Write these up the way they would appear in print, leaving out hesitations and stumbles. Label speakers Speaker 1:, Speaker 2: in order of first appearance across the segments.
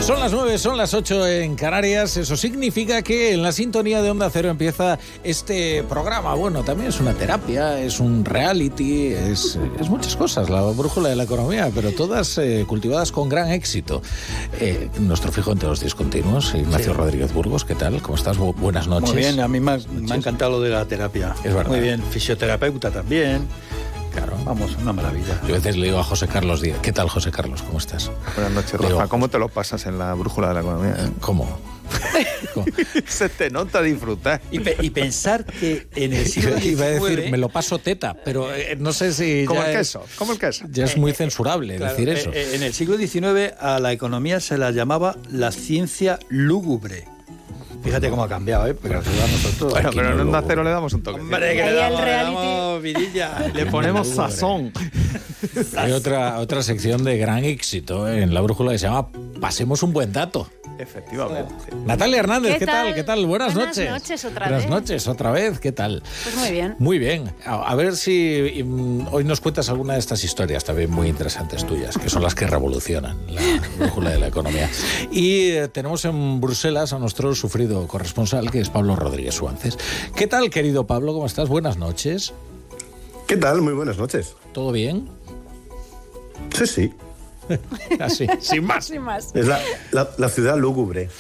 Speaker 1: Son las 9, son las 8 en Canarias. Eso significa que en la sintonía de Onda Cero empieza este programa. Bueno, también es una terapia, es un reality, es muchas cosas, la brújula de la economía, pero todas cultivadas con gran éxito. Nuestro fijo entre los discontinuos, Ignacio Rodríguez Burgos, ¿qué tal? ¿Cómo estás? Buenas noches.
Speaker 2: Muy bien, a mí me ha encantado lo de la terapia.
Speaker 1: Es verdad.
Speaker 2: Muy bien, fisioterapeuta también.
Speaker 1: Claro.
Speaker 2: Vamos, una maravilla.
Speaker 1: Yo a veces le digo a José Carlos Díaz, ¿qué tal, José Carlos? ¿Cómo estás?
Speaker 3: Buenas noches, Rafa.
Speaker 1: Digo,
Speaker 3: ¿Cómo te lo pasas en la brújula de la economía?
Speaker 1: ¿Cómo?
Speaker 3: Se te nota disfrutar.
Speaker 2: Y pensar que en el siglo XIX...
Speaker 1: Iba a decir, me lo paso teta, pero no sé si
Speaker 3: Como
Speaker 1: ya
Speaker 3: el queso, como el queso.
Speaker 1: ya es muy censurable
Speaker 2: Claro,
Speaker 1: decir eso.
Speaker 2: En el siglo XIX a la economía se la llamaba la ciencia lúgubre. Fíjate cómo ha cambiado, Porque nosotros...
Speaker 3: Bueno,
Speaker 1: Aquí
Speaker 3: pero
Speaker 1: no
Speaker 3: en Onda
Speaker 1: lo-
Speaker 3: Cero le damos un toque.
Speaker 2: Hombre, que
Speaker 4: Ahí
Speaker 2: le
Speaker 4: al
Speaker 2: damos,
Speaker 4: reality.
Speaker 2: vidilla.
Speaker 3: Le ponemos sazón.
Speaker 1: Hay otra sección de gran éxito en la brújula que se llama Pasemos un buen dato.
Speaker 3: Efectivamente.
Speaker 1: Natalia Hernández, ¿qué
Speaker 4: ¿Qué
Speaker 1: tal?
Speaker 4: tal?
Speaker 1: ¿Qué tal? Buenas
Speaker 4: Buenas
Speaker 1: noches.
Speaker 4: noches otra
Speaker 1: Buenas
Speaker 4: vez.
Speaker 1: noches otra vez, ¿qué tal?
Speaker 4: Pues muy bien.
Speaker 1: Muy bien. A ver si hoy nos cuentas alguna de estas historias también muy interesantes tuyas, que son las que revolucionan la brújula de la economía. Y tenemos en Bruselas a nuestro sufrido corresponsal, que es Pablo Rodríguez Suárez. ¿Qué tal, querido Pablo? ¿Cómo estás? Buenas noches.
Speaker 5: ¿Qué tal? Muy buenas noches.
Speaker 1: ¿Todo bien?
Speaker 5: Sí.
Speaker 1: Así, sin más.
Speaker 4: Sin más.
Speaker 5: Es la ciudad lúgubre.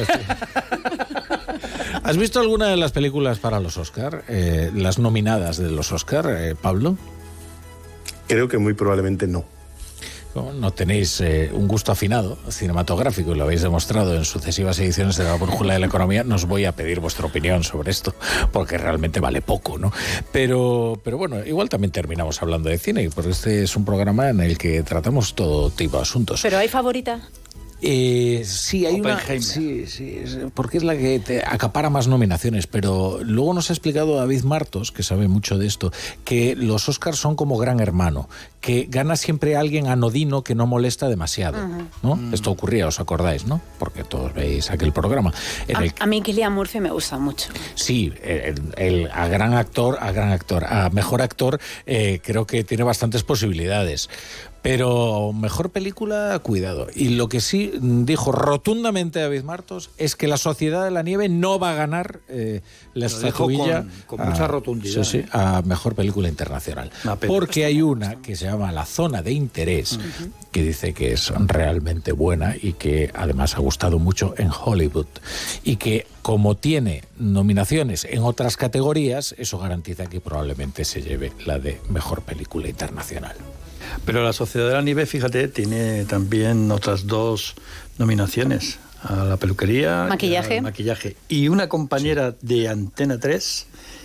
Speaker 1: ¿Has visto alguna de las películas para los Oscar? Las nominadas de los Oscar, Pablo.
Speaker 5: Creo que muy probablemente no.
Speaker 1: No tenéis un gusto afinado cinematográfico y lo habéis demostrado en sucesivas ediciones de la brújula de la economía. No os voy a pedir vuestra opinión sobre esto porque realmente vale poco, ¿no? Pero bueno, igual también terminamos hablando de cine porque este es un programa en el que tratamos todo tipo de asuntos.
Speaker 4: ¿Pero hay favorita?
Speaker 1: Sí, hay una.
Speaker 2: Oppenheimer.
Speaker 1: Sí, porque es la que te acapara más nominaciones. Pero luego nos ha explicado David Martos, que sabe mucho de esto, que los Oscars son como Gran Hermano, que gana siempre alguien anodino que no molesta demasiado, ¿no? Esto ocurría, ¿os acordáis, no? Porque todos veis aquel programa.
Speaker 4: A mí Cillian Murphy me gusta mucho.
Speaker 1: Sí, a mejor actor, creo que tiene bastantes posibilidades. Pero mejor película, cuidado. Y lo que sí dijo rotundamente David Martos es que La Sociedad de la Nieve no va a ganar la estatuilla
Speaker 2: con mucha rotundidad.
Speaker 1: Sí, a mejor película internacional. Porque hay una que se llama La Zona de Interés, que dice que es realmente buena y que además ha gustado mucho en Hollywood. Y que como tiene nominaciones en otras categorías, eso garantiza que probablemente se lleve la de mejor película internacional.
Speaker 2: Pero la Sociedad de la Nieve, fíjate, tiene también otras 2 nominaciones. A la peluquería.
Speaker 4: Maquillaje.
Speaker 2: Y al maquillaje. Y una compañera de Antena 3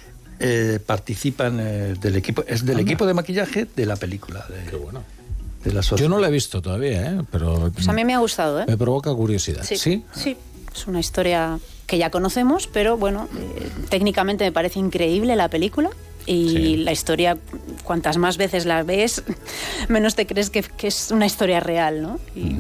Speaker 2: participa del equipo. Es del equipo de maquillaje de la película.
Speaker 1: Qué bueno.
Speaker 2: De la Sociedad.
Speaker 1: Yo no la he visto todavía, pero
Speaker 4: Pues a mí me ha gustado,
Speaker 1: me provoca curiosidad.
Speaker 4: Sí. Es una historia que ya conocemos, pero bueno, técnicamente me parece increíble la película. Y la historia, cuantas más veces la ves, menos te crees que es una historia real, ¿no?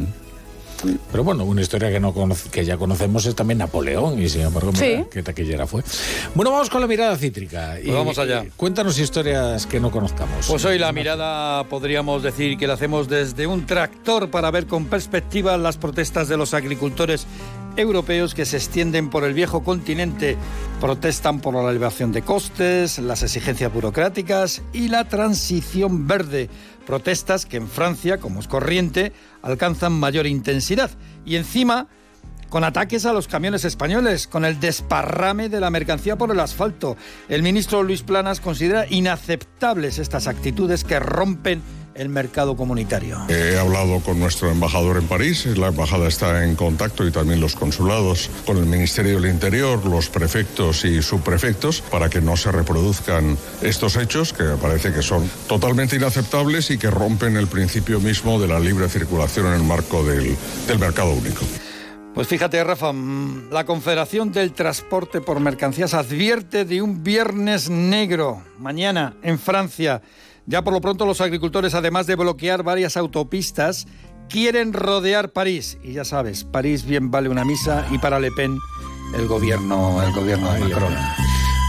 Speaker 1: Pero bueno, una historia que ya conocemos es también Napoleón, y sin embargo, mira,
Speaker 4: Sí.
Speaker 1: qué taquillera fue. Bueno, vamos con la mirada cítrica.
Speaker 2: Pues vamos allá.
Speaker 1: Cuéntanos historias que no conozcamos.
Speaker 2: Pues hoy la mirada podríamos decir que la hacemos desde un tractor para ver con perspectiva las protestas de los agricultores europeos que se extienden por el viejo continente. Protestan por la elevación de costes, las exigencias burocráticas y la transición verde. Protestas que en Francia, como es corriente, alcanzan mayor intensidad. Y encima, con ataques a los camiones españoles, con el desparrame de la mercancía por el asfalto. El ministro Luis Planas considera inaceptables estas actitudes que rompen el mercado comunitario.
Speaker 6: He hablado con nuestro embajador en París, la embajada está en contacto y también los consulados con el Ministerio del Interior, los prefectos y subprefectos para que no se reproduzcan estos hechos que me parece que son totalmente inaceptables y que rompen el principio mismo de la libre circulación en el marco del mercado único.
Speaker 2: Pues fíjate, Rafa, la Confederación del Transporte por Mercancías advierte de un viernes negro mañana en Francia. Ya por lo pronto los agricultores, además de bloquear varias autopistas, quieren rodear París. Y ya sabes, París bien vale una misa y para Le Pen el gobierno de Macron.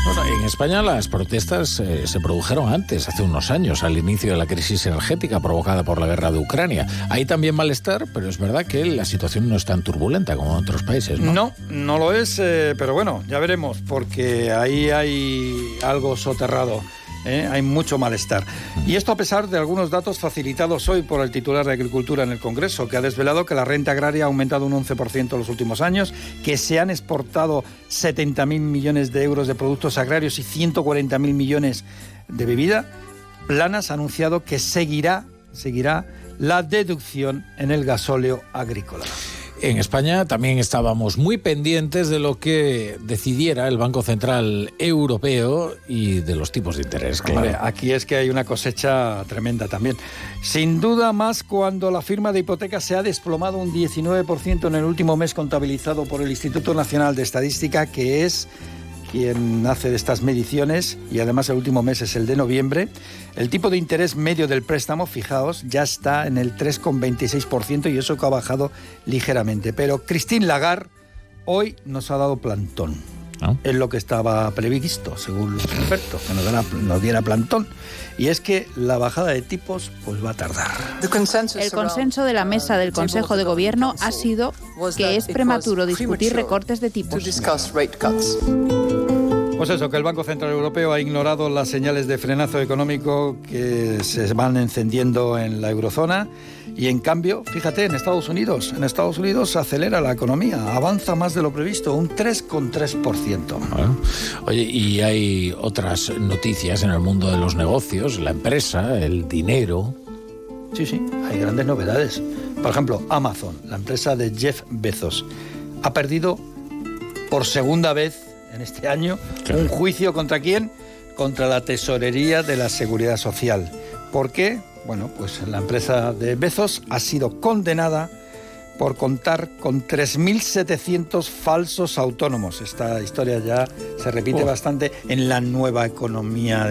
Speaker 1: Bueno, en España las protestas se produjeron antes, hace unos años, al inicio de la crisis energética provocada por la guerra de Ucrania. Hay también malestar, pero es verdad que la situación no es tan turbulenta como en otros países, ¿no?
Speaker 2: No, no lo es, pero bueno, ya veremos, porque ahí hay algo soterrado. Hay mucho malestar. Y esto a pesar de algunos datos facilitados hoy por el titular de Agricultura en el Congreso, que ha desvelado que la renta agraria ha aumentado un 11% en los últimos años, que se han exportado 70.000 millones de euros de productos agrarios y 140.000 millones de bebida. Planas ha anunciado que seguirá la deducción en el gasóleo agrícola.
Speaker 1: En España también estábamos muy pendientes de lo que decidiera el Banco Central Europeo y de los tipos de interés. Claro.
Speaker 2: Hombre, aquí es que hay una cosecha tremenda también. Sin duda más cuando la firma de hipotecas se ha desplomado un 19% en el último mes contabilizado por el Instituto Nacional de Estadística, que es quien hace de estas mediciones, y además el último mes es el de noviembre. El tipo de interés medio del préstamo, fijaos, ya está en el 3,26% y eso que ha bajado ligeramente. Pero Christine Lagarde hoy nos ha dado plantón. ¿No? Es lo que estaba previsto, según los expertos, que nos diera plantón. Y es que la bajada de tipos pues va a tardar.
Speaker 7: El consenso de la mesa del Consejo de Gobierno ha sido que es prematuro discutir recortes de tipos.
Speaker 2: Pues eso, que el Banco Central Europeo ha ignorado las señales de frenazo económico que se van encendiendo en la eurozona y en cambio, fíjate, en Estados Unidos se acelera la economía, avanza más de lo previsto, un 3,3%.
Speaker 1: Bueno, oye, y hay otras noticias en el mundo de los negocios, la empresa, el dinero.
Speaker 2: Sí, hay grandes novedades. Por ejemplo, Amazon, la empresa de Jeff Bezos, ha perdido por segunda vez en este año un juicio ¿contra quién? Contra la Tesorería de la Seguridad Social. ¿Por qué? Bueno, pues la empresa de Bezos ha sido condenada por contar con 3.700 falsos autónomos. Esta historia ya se repite bastante en la nueva economía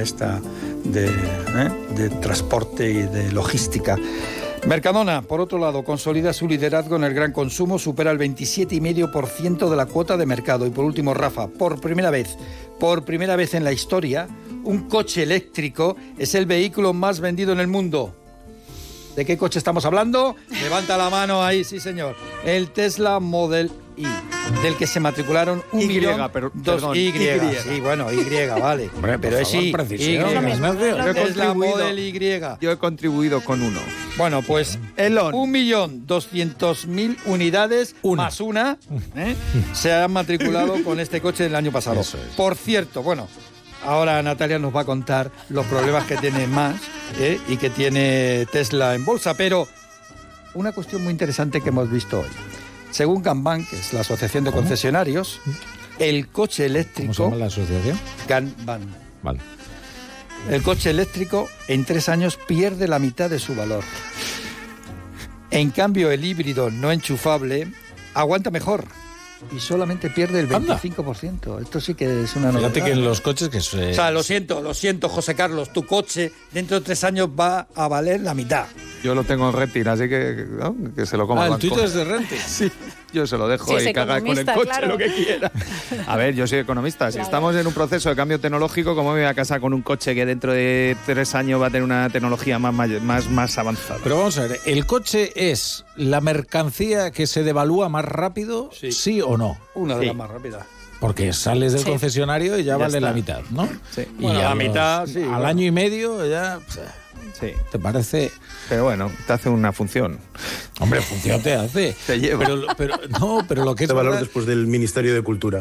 Speaker 2: de transporte y de logística. Mercadona, por otro lado, consolida su liderazgo en el gran consumo, supera el 27,5% de la cuota de mercado. Y por último, Rafa, por primera vez en la historia, un coche eléctrico es el vehículo más vendido en el mundo. ¿De qué coche estamos hablando? Levanta la mano ahí, sí señor. El Tesla Model Y, del que se matricularon 1 millón... Y, sí, bueno, Y, vale.
Speaker 1: Hombre,
Speaker 2: pero es Y, Tesla Model Y.
Speaker 3: Yo he contribuido con uno.
Speaker 2: Bueno, pues 1.200.000 unidades más una se han matriculado con este coche el año pasado. Por cierto, bueno, ahora Natalia nos va a contar los problemas que tiene más y que tiene Tesla en bolsa, pero una cuestión muy interesante que hemos visto hoy. Según Kanban, que es la asociación de concesionarios, el coche eléctrico...
Speaker 1: ¿Cómo se llama la asociación?
Speaker 2: Kanban.
Speaker 1: Vale.
Speaker 2: El coche eléctrico en 3 años pierde la mitad de su valor. En cambio, el híbrido no enchufable aguanta mejor y solamente pierde el 25%. Esto sí que es una novedad.
Speaker 1: Fíjate que en los coches que...
Speaker 2: O sea, lo siento, José Carlos, tu coche dentro de 3 años va a valer la mitad.
Speaker 3: Yo lo tengo en renting, así que, ¿no? Que se lo coma el
Speaker 1: banco. ¿El tuyo es de renting?
Speaker 3: Sí, yo se lo dejo y que haga con el coche lo que quiera. A ver, yo soy economista. Si estamos en un proceso de cambio tecnológico, ¿cómo me voy a casar con un coche que dentro de 3 años va a tener una tecnología más avanzada?
Speaker 1: Pero vamos a ver, ¿el coche es la mercancía que se devalúa más rápido, sí o no?
Speaker 2: Una de las más rápidas.
Speaker 1: Porque sales del concesionario y ya vale la mitad, ¿no?
Speaker 3: Sí.
Speaker 1: Y
Speaker 2: bueno, la mitad, sí.
Speaker 1: Al año y medio ya...
Speaker 3: Sí.
Speaker 1: ¿Te parece?
Speaker 3: Pero bueno, te hace una función.
Speaker 1: Hombre, función te hace.
Speaker 3: Te lleva.
Speaker 1: Pero lo que es
Speaker 5: valor
Speaker 1: verdad...
Speaker 5: después del Ministerio de Cultura.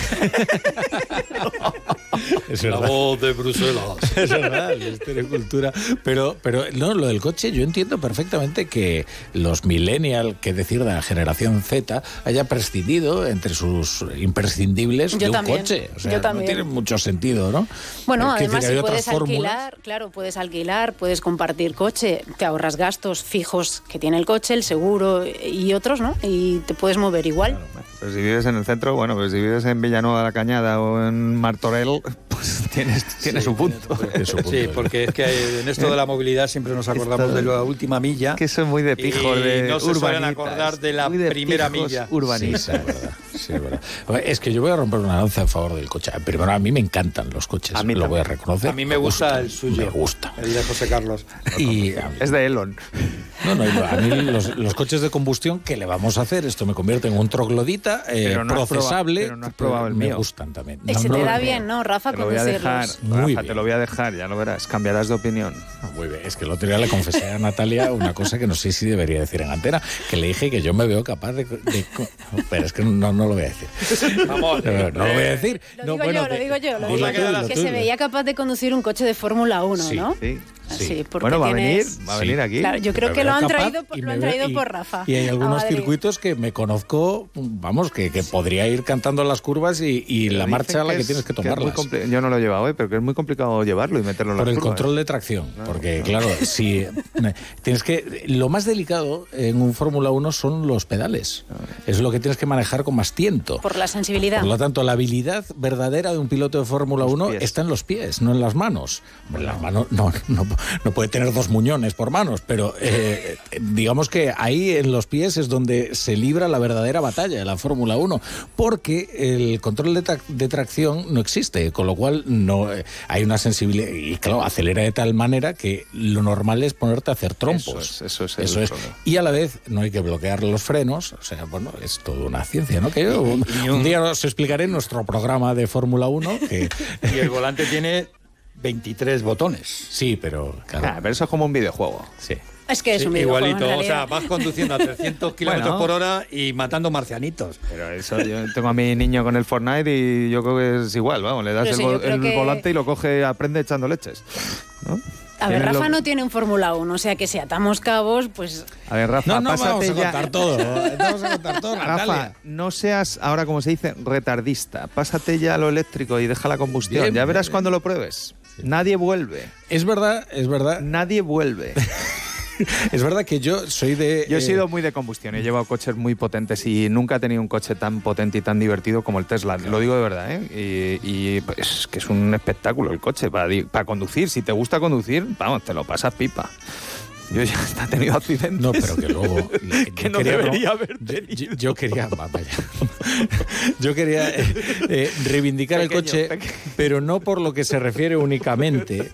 Speaker 1: Es
Speaker 2: la voz de Bruselas.
Speaker 1: Es verdad, el Ministerio de Cultura. Pero no, lo del coche, yo entiendo perfectamente que los millennials, que decir de la generación Z, haya prescindido entre sus imprescindibles de un coche. O sea, no tiene mucho sentido, ¿no?
Speaker 4: Bueno, además si puedes alquilar, puedes compartir coche, te ahorras gastos fijos que tiene el coche, el seguro y otros, ¿no? Y te puedes mover igual.
Speaker 3: Claro, pues si vives en el centro, bueno, pues si vives en Villanueva de la Cañada o en Martorell, pues tiene su punto.
Speaker 2: Sí, porque es que en esto de la movilidad siempre nos acordamos de la última milla.
Speaker 3: Que eso es muy de pijos, de
Speaker 2: no se suelen acordar de la primera milla.
Speaker 3: Urbanistas.
Speaker 1: Sí, Sí, es verdad. Es que yo voy a romper una lanza en favor del coche. Primero, a mí me encantan los coches,
Speaker 3: a mí
Speaker 1: lo voy a reconocer.
Speaker 2: A mí me gusta el suyo.
Speaker 1: Me gusta.
Speaker 2: El de José Carlos.
Speaker 1: Y
Speaker 3: es de Elon.
Speaker 1: No, a mí los coches de combustión, ¿qué le vamos a hacer? Esto me convierte en un troglodita procesable.
Speaker 3: Pero no has probado el mío.
Speaker 1: Me gustan también.
Speaker 4: Y se te da bien, ¿no, Rafa?
Speaker 3: Te lo voy a dejar,
Speaker 1: Muy
Speaker 3: Rafa,
Speaker 1: bien.
Speaker 3: te lo voy a dejar, ya lo verás. Cambiarás de opinión.
Speaker 1: Muy bien, es que el otro día le confesé a Natalia una cosa que no sé si debería decir en antena, que le dije que yo me veo capaz de pero es que no lo voy a decir.
Speaker 2: Vamos,
Speaker 1: no lo voy a decir.
Speaker 4: Lo digo yo. Que se veía capaz de conducir un coche de Fórmula 1,
Speaker 1: sí,
Speaker 4: ¿no?
Speaker 3: Sí.
Speaker 4: Sí, porque
Speaker 3: bueno, va a
Speaker 4: tienes...
Speaker 3: venir aquí.
Speaker 4: Claro, yo creo que lo han traído
Speaker 1: y
Speaker 4: por Rafa.
Speaker 1: Y hay algunos
Speaker 4: Madrid.
Speaker 1: circuitos que me conozco, vamos, que podría ir cantando las curvas y la marcha a la que tienes que tomarlas.
Speaker 3: Yo no lo he llevado, pero que es muy complicado llevarlo y meterlo en
Speaker 1: Por
Speaker 3: las
Speaker 1: el
Speaker 3: curvas.
Speaker 1: control de tracción, porque claro, si tienes que... Lo más delicado en un Fórmula 1 son los pedales. Es lo que tienes que manejar con más tiento.
Speaker 4: Por la sensibilidad.
Speaker 1: Por lo tanto, la habilidad verdadera de un piloto de Fórmula 1 está en los pies, no en las manos. Las manos no puede tener 2 muñones por manos, pero digamos que ahí en los pies es donde se libra la verdadera batalla de la Fórmula 1, porque el control de tracción no existe, con lo cual no hay una sensibilidad, y claro, acelera de tal manera que lo normal es ponerte a hacer trompos.
Speaker 3: Eso es.
Speaker 1: Y a la vez no hay que bloquear los frenos, o sea, bueno, es toda una ciencia, ¿no? Que un día os explicaré en nuestro programa de Fórmula 1 que...
Speaker 2: Y el volante tiene 23 botones.
Speaker 1: Sí, pero claro.
Speaker 3: Pero eso es como un videojuego.
Speaker 1: Sí.
Speaker 4: Es que es un videojuego,
Speaker 2: igualito, o sea, vas conduciendo a 300 kilómetros por hora y matando marcianitos.
Speaker 3: Pero eso, yo tengo a mi niño con el Fortnite y yo creo que es igual, vamos, le das el volante y lo coge, aprende echando leches, ¿no?
Speaker 4: A ver, Rafa no tiene un Fórmula 1, o sea que si atamos cabos, pues...
Speaker 3: A ver, Rafa,
Speaker 1: no
Speaker 3: pásate
Speaker 1: vamos a
Speaker 3: ya...
Speaker 1: contar todo. Vamos a contar todo, Natalia.
Speaker 3: Rafa, no seas, ahora como se dice, retardista. Pásate ya a lo eléctrico y deja la combustión.
Speaker 1: Bien,
Speaker 3: ya verás cuando lo pruebes. Sí. Nadie vuelve.
Speaker 1: Es verdad.
Speaker 3: Nadie vuelve.
Speaker 1: Es verdad que yo soy de...
Speaker 3: Yo he sido muy de combustión, he llevado coches muy potentes y nunca he tenido un coche tan potente y tan divertido como el Tesla, lo digo de verdad, ¿eh? Y pues, que es un espectáculo el coche para conducir. Si te gusta conducir, vamos, te lo pasas pipa. Yo ya he tenido accidentes.
Speaker 1: No, pero que luego...
Speaker 3: que no debería haber tenido.
Speaker 1: Yo quería reivindicar el coche, pero no por lo que se refiere únicamente,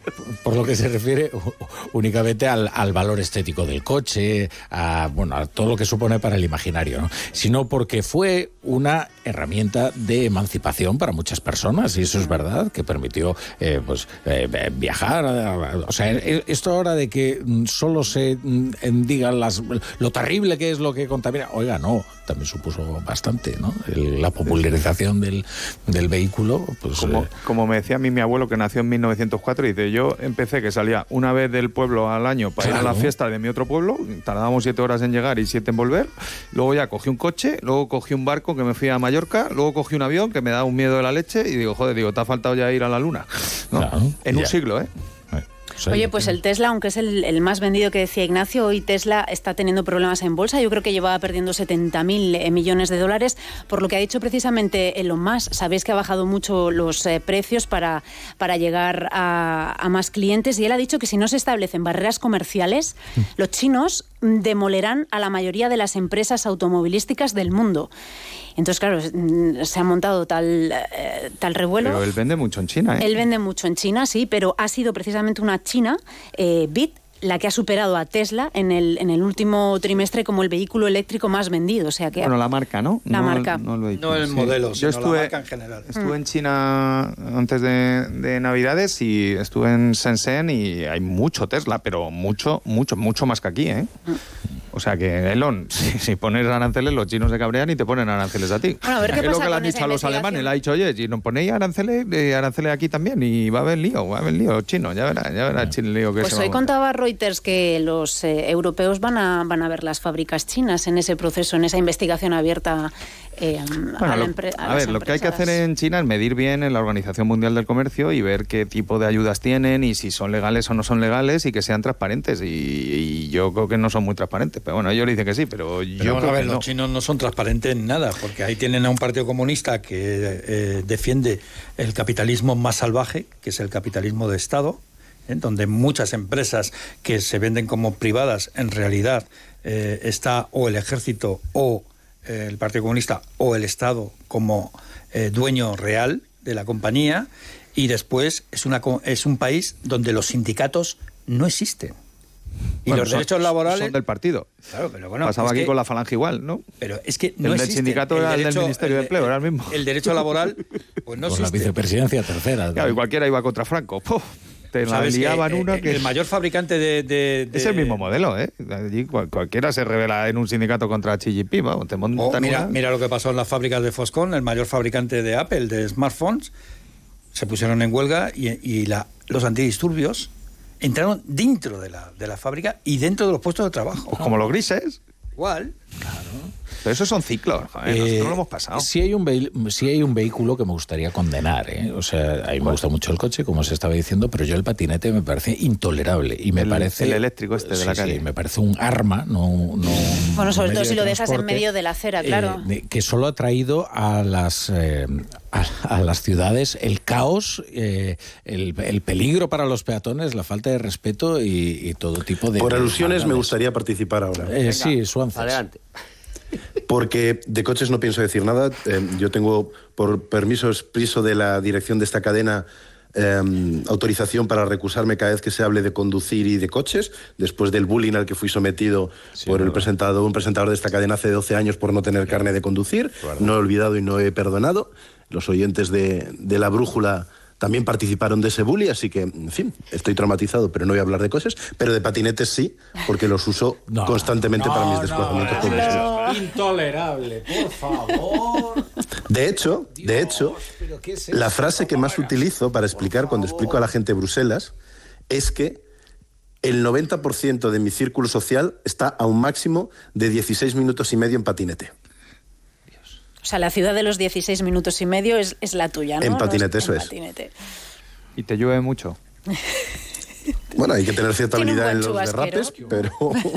Speaker 1: al valor estético del coche, a todo lo que supone para el imaginario, ¿no? Sino porque fue una herramienta de emancipación para muchas personas, y eso es verdad, que permitió viajar. O sea, esto ahora de que solo se digan lo terrible que es lo que contamina. Oiga, no, también supuso bastante, ¿no? La popularización del vehículo. Pues,
Speaker 3: como me decía a mí mi abuelo, que nació en 1904, y dice, yo empecé que salía una vez del pueblo al año para ir a la fiesta de mi otro pueblo, tardábamos 7 horas en llegar y 7 en volver, luego ya cogí un coche, luego cogí un barco que me fui a Mallorca, luego cogí un avión que me da un miedo de la leche y digo, te ha faltado ya ir a la luna, ¿no? Claro, en un siglo, ¿eh?
Speaker 4: Oye, pues el Tesla, aunque es el más vendido que decía Ignacio, hoy Tesla está teniendo problemas en bolsa. Yo creo que llevaba perdiendo 70.000 millones de dólares, por lo que ha dicho precisamente Elon Musk. Sabéis que ha bajado mucho los precios para llegar a más clientes, y él ha dicho que si no se establecen barreras comerciales, los chinos demolerán a la mayoría de las empresas automovilísticas del mundo. Entonces, claro, se ha montado tal revuelo.
Speaker 3: Pero él vende mucho en China, ¿eh?
Speaker 4: Él vende mucho en China, sí, pero ha sido precisamente una China, BYD, la que ha superado a Tesla en el último trimestre como el vehículo eléctrico más vendido. O sea que
Speaker 3: la marca, ¿no?
Speaker 4: La marca.
Speaker 2: No el modelo, sino la marca en general.
Speaker 3: Estuve en China antes de Navidades y estuve en Shenzhen y hay mucho Tesla, pero mucho más que aquí, ¿eh? O sea que, Elon, si pones aranceles, los chinos se cabrean y te ponen aranceles a ti.
Speaker 4: Bueno, a ver qué
Speaker 3: es
Speaker 4: pasa
Speaker 3: lo que le han dicho a los alemanes. Le ha dicho, oye, si nos ponéis aranceles aquí también, y va a haber lío los chinos. Ya verá el lío que
Speaker 4: pues
Speaker 3: se va a
Speaker 4: hoy contaba Reuters que los europeos van a ver las fábricas chinas en ese proceso, en esa investigación abierta.
Speaker 3: Lo que hay que hacer en China es medir bien en la Organización Mundial del Comercio y ver qué tipo de ayudas tienen y si son legales o no son legales y que sean transparentes. Y yo creo que no son muy transparentes. Pero bueno, ellos dicen que sí, pero yo creo que no.
Speaker 2: Los chinos no son transparentes en nada, porque ahí tienen a un partido comunista que defiende el capitalismo más salvaje, que es el capitalismo de Estado, donde muchas empresas que se venden como privadas, en realidad está o el ejército o el Partido Comunista o el Estado como dueño real de la compañía, y después es un país donde los sindicatos no existen. Y los derechos laborales
Speaker 3: son del partido.
Speaker 2: Claro, pero bueno,
Speaker 3: pasaba aquí con la Falange igual, ¿no?
Speaker 2: Pero es que no existe.
Speaker 3: El sindicato era el del Ministerio de Empleo, era el mismo.
Speaker 2: El derecho laboral, pues no
Speaker 1: con
Speaker 2: existe.
Speaker 1: La vicepresidencia tercera.
Speaker 3: Claro, y cualquiera iba contra Franco. ¡Puf! Te la liaban una que...
Speaker 2: El mayor fabricante de...
Speaker 3: Es el mismo modelo, ¿eh? Allí cualquiera se revela en un sindicato contra Xi Jinping, ¿no? Te montan
Speaker 2: mira lo que pasó en las fábricas de Foxconn, el mayor fabricante de Apple, de smartphones, se pusieron en huelga y los antidisturbios entraron dentro de la fábrica y dentro de los puestos de trabajo.
Speaker 3: Pues como los grises.
Speaker 2: Igual.
Speaker 1: Claro.
Speaker 3: Pero esos son ciclos, joder, nosotros lo hemos pasado.
Speaker 1: Sí hay un vehículo que me gustaría condenar, ¿eh? O sea, a mí me gusta mucho el coche, como se estaba diciendo, pero yo el patinete me parece intolerable y me parece...
Speaker 3: El eléctrico de la calle.
Speaker 1: Sí, me parece un arma, no
Speaker 4: bueno, sobre todo si lo dejas en medio de la acera, claro.
Speaker 1: Que solo ha traído a las ciudades el caos, el peligro para los peatones, la falta de respeto y todo tipo de...
Speaker 5: Por alusiones me gustaría participar ahora.
Speaker 1: Sí, Suances.
Speaker 8: Adelante.
Speaker 5: Porque de coches no pienso decir nada. Yo tengo, por permiso expreso de la dirección de esta cadena, autorización para recusarme cada vez que se hable de conducir y de coches, después del bullying al que fui sometido por un presentador de esta cadena hace 12 años por no tener carne de conducir. No he olvidado y no he perdonado. Los oyentes de La Brújula también participaron de ese bullying, así que, en fin, estoy traumatizado, pero no voy a hablar de coches, pero de patinetes sí, porque los uso constantemente para mis desplazamientos por la ciudad.
Speaker 1: Intolerable, por favor.
Speaker 5: De hecho, la frase que más utilizo para explicar cuando explico a la gente de Bruselas es que el 90% de mi círculo social está a un máximo de 16 minutos y medio en patinete.
Speaker 4: O sea, la ciudad de los 16 minutos y medio es la tuya, ¿no?
Speaker 5: En patinete, eso es.
Speaker 4: Patinete.
Speaker 3: ¿Y te llueve mucho?
Speaker 5: Bueno, hay que tener cierta habilidad en los derrapes, pero...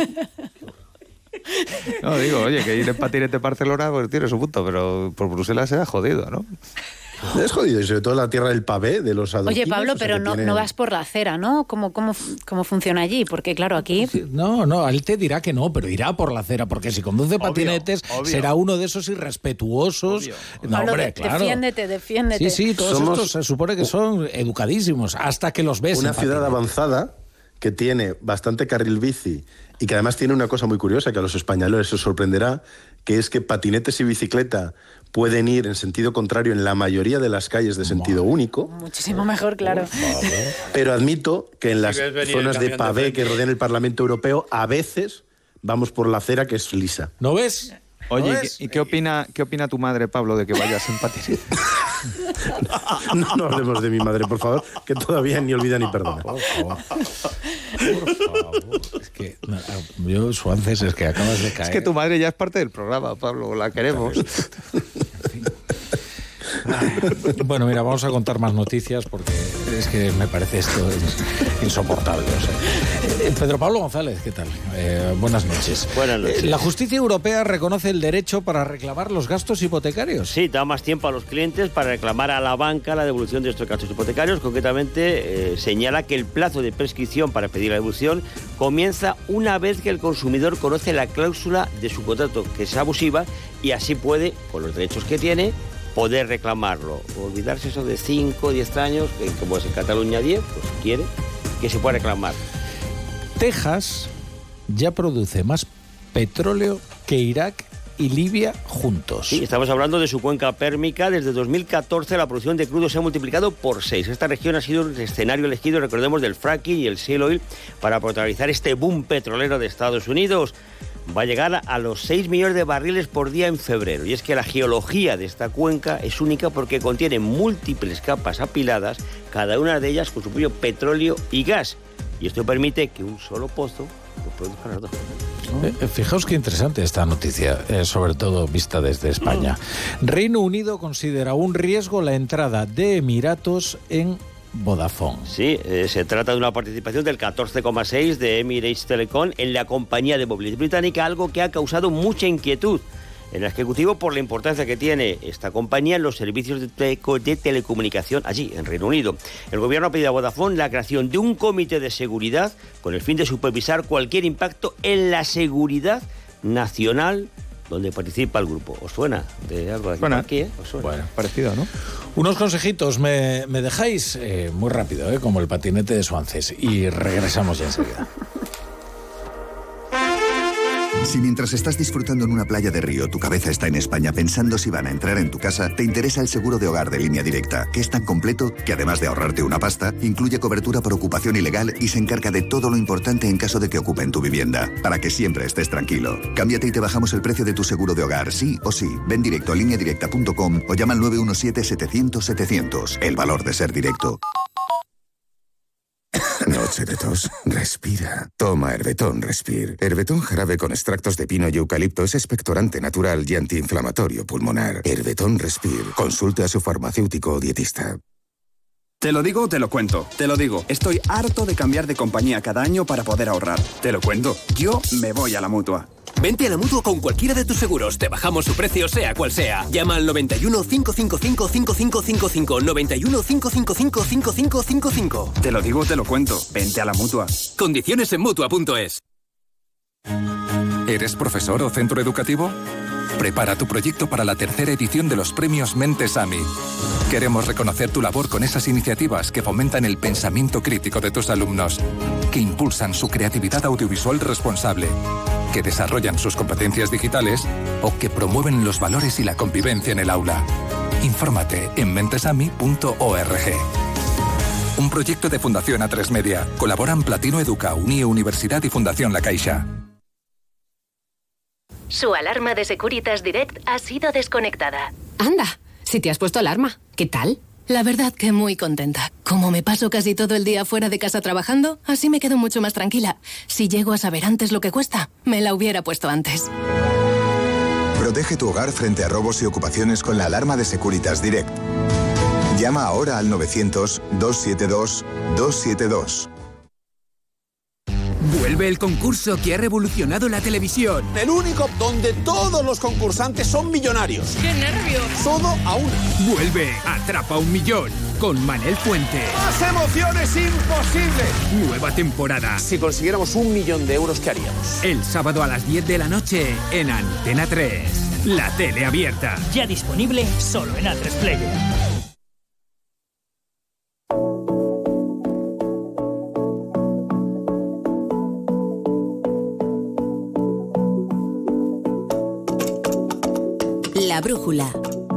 Speaker 3: No, digo, oye, que ir en patinete a Barcelona pues tiene su punto, pero por Bruselas será jodido, ¿no?
Speaker 5: Es jodido, y sobre todo la tierra del pavé, de los adoquines.
Speaker 4: Oye, Pablo, pero no vas por la acera, ¿no? ¿Cómo funciona allí? Porque, claro, aquí...
Speaker 1: No, él te dirá que no, pero irá por la acera, porque si conduce patinetes será uno de esos irrespetuosos. No,
Speaker 4: Pablo,
Speaker 1: hombre, claro.
Speaker 4: Defiéndete.
Speaker 1: Sí, todos estos se supone que son educadísimos, hasta que los ves.
Speaker 5: Una ciudad avanzada que tiene bastante carril bici y que además tiene una cosa muy curiosa que a los españoles os sorprenderá, que es que patinetes y bicicleta pueden ir en sentido contrario en la mayoría de las calles de sentido único.
Speaker 4: Muchísimo mejor, claro.
Speaker 5: Pero admito que en las zonas de pavé que rodean el Parlamento Europeo, a veces vamos por la acera que es lisa.
Speaker 1: ¿No ves?
Speaker 3: Oye, ¿y qué opina tu madre, Pablo, de que vayas en patinete?
Speaker 5: No hablemos de mi madre, por favor, que todavía ni olvida ni perdona.
Speaker 1: Por favor. Es que yo, Suances, es que acabas de caer.
Speaker 3: Es que tu madre ya es parte del programa, Pablo, la queremos.
Speaker 1: Bueno, mira, vamos a contar más noticias porque es que me parece esto insoportable. O sea. Pedro Pablo González, ¿qué tal? Buenas noches.
Speaker 8: Buenas noches.
Speaker 1: La justicia europea reconoce el derecho para reclamar los gastos hipotecarios.
Speaker 8: Sí, da más tiempo a los clientes para reclamar a la banca la devolución de estos gastos hipotecarios. Concretamente, señala que el plazo de prescripción para pedir la devolución comienza una vez que el consumidor conoce la cláusula de su contrato, que es abusiva, y así puede, con los derechos que tiene, poder reclamarlo. Olvidarse eso de 5 o 10 años, que como es en Cataluña 10, pues quiere que se pueda reclamar.
Speaker 1: Texas ya produce más petróleo que Irak y Libia juntos.
Speaker 8: Sí, estamos hablando de su cuenca pérmica. Desde 2014 la producción de crudo se ha multiplicado por 6. Esta región ha sido el escenario elegido, recordemos, del fracking y el shale oil para protagonizar este boom petrolero de Estados Unidos. Va a llegar a los 6 millones de barriles por día en febrero. Y es que la geología de esta cuenca es única porque contiene múltiples capas apiladas, cada una de ellas con su propio petróleo y gas. Y esto permite que un solo pozo lo produzca las dos.
Speaker 1: Fijaos qué interesante esta noticia, sobre todo vista desde España. Reino Unido considera un riesgo la entrada de Emiratos en Vodafone.
Speaker 8: Sí, se trata de una participación del 14,6% de Emirates Telecom en la compañía de movilidad británica, algo que ha causado mucha inquietud en el Ejecutivo por la importancia que tiene esta compañía en los servicios de telecomunicación allí, en Reino Unido. El Gobierno ha pedido a Vodafone la creación de un comité de seguridad con el fin de supervisar cualquier impacto en la seguridad nacional donde participa el grupo. ¿Os suena de algo de aquí? ¿Os suena?
Speaker 3: Bueno, parecido, ¿no?
Speaker 1: Unos consejitos me dejáis muy rápido, como el patinete de Suances, y regresamos ya enseguida.
Speaker 9: Si mientras estás disfrutando en una playa de Río, tu cabeza está en España pensando si van a entrar en tu casa, te interesa el seguro de hogar de Línea Directa, que es tan completo que además de ahorrarte una pasta, incluye cobertura por ocupación ilegal y se encarga de todo lo importante en caso de que ocupen tu vivienda, para que siempre estés tranquilo. Cámbiate y te bajamos el precio de tu seguro de hogar, sí o sí. Ven directo a lineadirecta.com o llama al 917-700-700. El valor de ser directo.
Speaker 10: Noche de tos. Respira. Toma Herbetón Respir. Herbetón jarabe con extractos de pino y eucalipto es expectorante natural y antiinflamatorio pulmonar. Herbetón Respir. Consulte a su farmacéutico o dietista.
Speaker 11: Te lo digo o te lo cuento. Te lo digo. Estoy harto de cambiar de compañía cada año para poder ahorrar. Te lo cuento. Yo me voy a la Mutua.
Speaker 12: Vente a la Mutua con cualquiera de tus seguros. Te bajamos su precio, sea cual sea. Llama al 91 555 5555. 91 555 5555.
Speaker 11: Te lo digo o te lo cuento. Vente a la Mutua.
Speaker 12: Condiciones en Mutua.es.
Speaker 13: ¿Eres profesor o centro educativo? Prepara tu proyecto para la tercera edición de los premios Mentes AMI. Queremos reconocer tu labor con esas iniciativas que fomentan el pensamiento crítico de tus alumnos, que impulsan su creatividad audiovisual responsable, que desarrollan sus competencias digitales o que promueven los valores y la convivencia en el aula. Infórmate en mentesami.org. Un proyecto de Fundación A3 Media. Colaboran Platino Educa, Unie Universidad y Fundación La Caixa.
Speaker 14: Su alarma de Securitas Direct ha sido desconectada.
Speaker 15: Anda, si te has puesto alarma, ¿qué tal? La verdad que muy contenta. Como me paso casi todo el día fuera de casa trabajando, así me quedo mucho más tranquila. Si llego a saber antes lo que cuesta, me la hubiera puesto antes.
Speaker 16: Protege tu hogar frente a robos y ocupaciones con la alarma de Securitas Direct. Llama ahora al 900-272-272.
Speaker 17: Vuelve el concurso que ha revolucionado la televisión.
Speaker 18: El único donde todos los concursantes son millonarios.
Speaker 17: ¡Qué nervios!
Speaker 18: Todo a una.
Speaker 17: Vuelve Atrapa un Millón con Manel Fuente.
Speaker 18: ¡Más emociones imposibles!
Speaker 17: Nueva temporada.
Speaker 18: Si consiguiéramos 1 millón de euros, ¿qué haríamos?
Speaker 17: El sábado a las 10 de la noche en Antena 3. La tele abierta.
Speaker 19: Ya disponible solo en A3 Player.
Speaker 20: La brújula.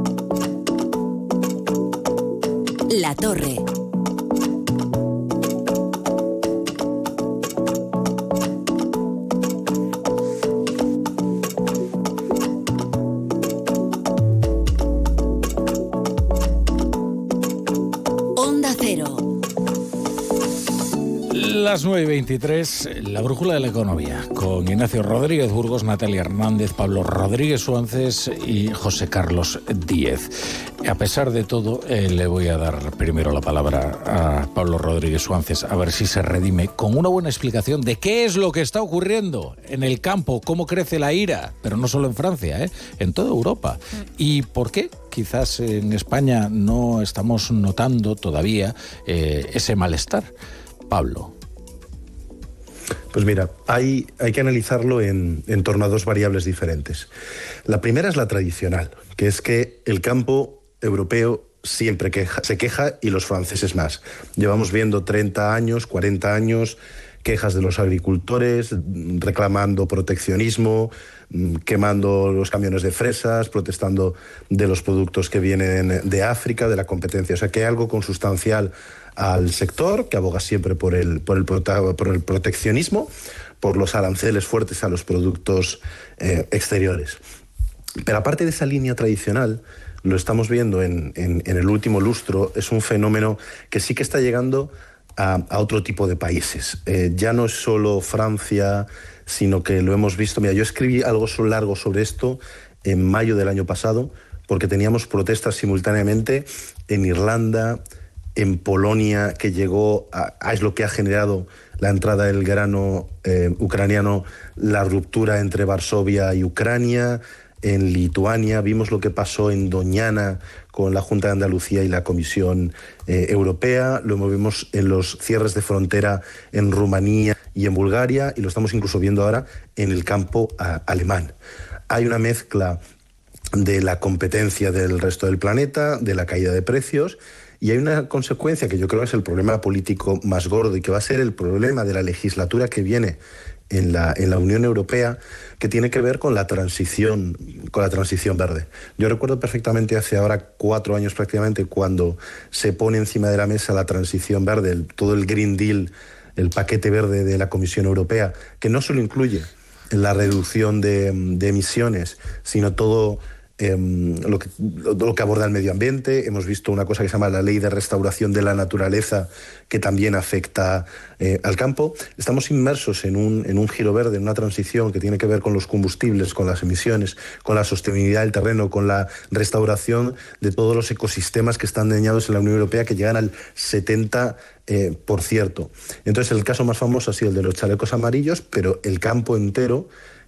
Speaker 20: La torre. Onda Cero.
Speaker 1: Las 9:23, la brújula de la economía, con Ignacio Rodríguez Burgos, Natalia Hernández, Pablo Rodríguez Suances y José Carlos Díez. A pesar de todo, le voy a dar primero la palabra a Pablo Rodríguez Suances, a ver si se redime con una buena explicación de qué es lo que está ocurriendo en el campo, cómo crece la ira, pero no solo en Francia, en toda Europa. Y por qué quizás en España no estamos notando todavía ese malestar. Pablo.
Speaker 5: Pues mira, hay que analizarlo en torno a dos variables diferentes. La primera es la tradicional, que es que el campo europeo siempre se queja y los franceses más. Llevamos viendo 30 años, 40 años, quejas de los agricultores, reclamando proteccionismo, quemando los camiones de fresas, protestando de los productos que vienen de África, de la competencia. O sea, que hay algo consustancial al sector, que aboga siempre por el proteccionismo, por los aranceles fuertes a los productos exteriores. Pero aparte de esa línea tradicional, lo estamos viendo en el último lustro, es un fenómeno que sí que está llegando a otro tipo de países. Ya no es solo Francia, sino que lo hemos visto. Mira, yo escribí algo largo sobre esto en mayo del año pasado, porque teníamos protestas simultáneamente en Irlanda, en Polonia, que es lo que ha generado la entrada del grano ucraniano, la ruptura entre Varsovia y Ucrania. En Lituania vimos lo que pasó en Doñana con la Junta de Andalucía y la Comisión Europea. Lo vimos en los cierres de frontera en Rumanía y en Bulgaria, y lo estamos incluso viendo ahora en el campo alemán. hay una mezcla de la competencia del resto del planeta, de la caída de precios, y hay una consecuencia que yo creo que es el problema político más gordo y que va a ser el problema de la legislatura que viene en la Unión Europea, que tiene que ver con la transición verde. Yo recuerdo perfectamente hace ahora 4 años prácticamente cuando se pone encima de la mesa la transición verde, todo el Green Deal, el paquete verde de la Comisión Europea, que no solo incluye la reducción de emisiones, sino todo lo que aborda el medio ambiente. Hemos visto una cosa que se llama la Ley de Restauración de la Naturaleza, que también afecta al campo. Estamos inmersos en un giro verde, en una transición que tiene que ver con los combustibles, con las emisiones, con la sostenibilidad del terreno, con la restauración de todos los ecosistemas que están dañados en la Unión Europea, que llegan al 70%. Entonces, el caso más famoso ha sido el de los chalecos amarillos, pero el campo entero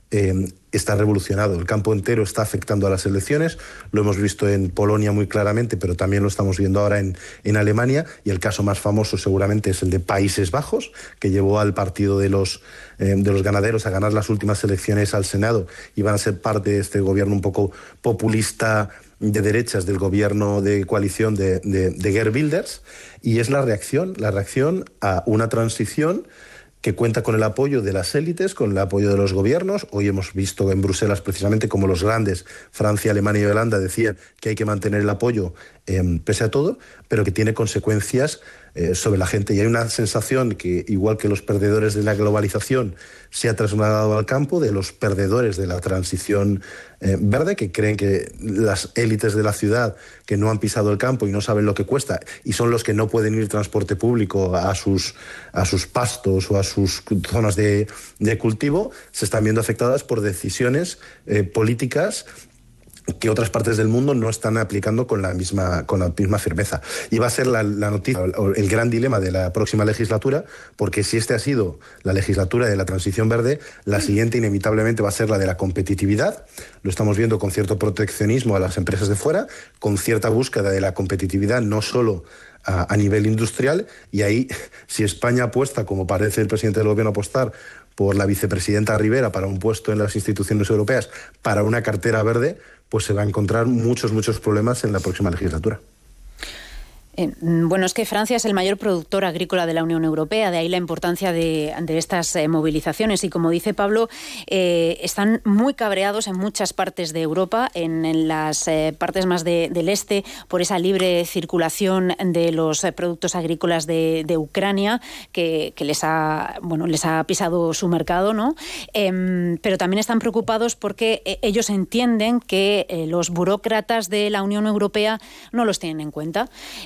Speaker 5: está revolucionado. El campo entero está afectando a las elecciones. Lo hemos visto en Polonia muy claramente, pero también lo estamos viendo ahora en Alemania. Y el caso más famoso seguramente es el de Países Bajos, que llevó al partido de los ganaderos a ganar las últimas elecciones al Senado y van a ser parte de este gobierno un poco populista de derechas, del gobierno de coalición de Geert Wilders. Y es la reacción a una transición que cuenta con el apoyo de las élites, con el apoyo de los gobiernos. Hoy hemos visto en Bruselas precisamente como los grandes, Francia, Alemania y Holanda, decían que hay que mantener el apoyo pese a todo, pero que tiene consecuencias sobre la gente. Y hay una sensación que, igual que los perdedores de la globalización, se ha trasladado al campo de los perdedores de la transición verde, que creen que las élites de la ciudad que no han pisado el campo y no saben lo que cuesta, y son los que no pueden ir transporte público a sus pastos o a sus zonas de cultivo, se están viendo afectadas por decisiones políticas que otras partes del mundo no están aplicando con la misma firmeza. Y va a ser la noticia, el gran dilema de la próxima legislatura, porque si esta ha sido la legislatura de la transición verde, la siguiente inevitablemente va a ser la de la competitividad. Lo estamos viendo con cierto proteccionismo a las empresas de fuera, con cierta búsqueda de la competitividad, no solo a nivel industrial, y ahí, si España apuesta, como parece el presidente del gobierno apostar, por la vicepresidenta Rivera para un puesto en las instituciones europeas, para una cartera verde, pues se va a encontrar muchos problemas en la próxima legislatura.
Speaker 4: Bueno, es que Francia es el mayor productor agrícola de la Unión Europea, de ahí la importancia de estas movilizaciones. Y como dice Pablo, están muy cabreados en muchas partes de Europa, en las partes más del este, por esa libre circulación de los productos agrícolas de Ucrania, que les ha pisado su mercado, ¿no? Pero también están preocupados porque ellos entienden que los burócratas de la Unión Europea no los tienen en cuenta.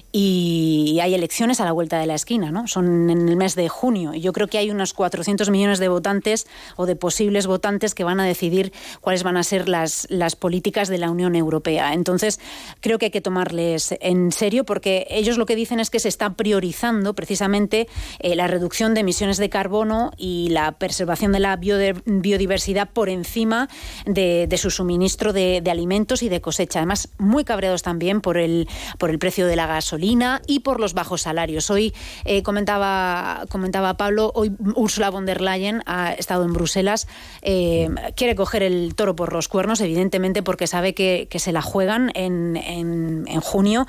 Speaker 4: Y hay elecciones a la vuelta de la esquina, ¿no? Son en el mes de junio. Y yo creo que hay unos 400 millones de votantes o de posibles votantes que van a decidir cuáles van a ser las políticas de la Unión Europea. Entonces, creo que hay que tomarles en serio, porque ellos lo que dicen es que se está priorizando precisamente la reducción de emisiones de carbono y la preservación de la biodiversidad por encima de su suministro de alimentos y de cosecha. Además, muy cabreados también por el precio de la gasolina y por los bajos salarios. Hoy comentaba Pablo, hoy Ursula von der Leyen ha estado en Bruselas, quiere coger el toro por los cuernos, evidentemente, porque sabe que se la juegan en junio.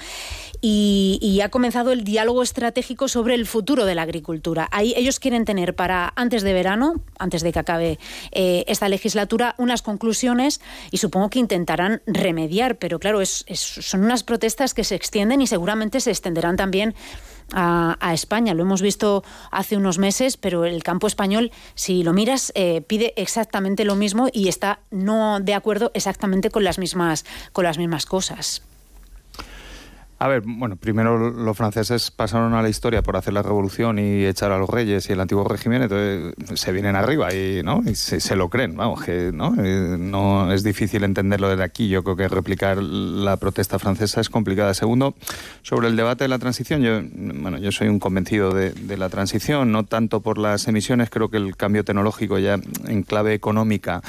Speaker 4: Y ha comenzado el diálogo estratégico sobre el futuro de la agricultura. Ahí ellos quieren tener para antes de verano, antes de que acabe esta legislatura, unas conclusiones, y supongo que intentarán remediar, pero claro, son unas protestas que se extienden y seguramente se extenderán también a España. Lo hemos visto hace unos meses, pero el campo español, si lo miras, pide exactamente lo mismo y está no de acuerdo exactamente con las mismas cosas.
Speaker 3: A ver, bueno, primero los franceses pasaron a la historia por hacer la revolución y echar a los reyes y el antiguo régimen, entonces se vienen arriba y se lo creen, vamos, que no es difícil entenderlo desde aquí. Yo creo que replicar la protesta francesa es complicada. Segundo, sobre el debate de la transición, yo soy un convencido de la transición, no tanto por las emisiones. Creo que el cambio tecnológico ya en clave económica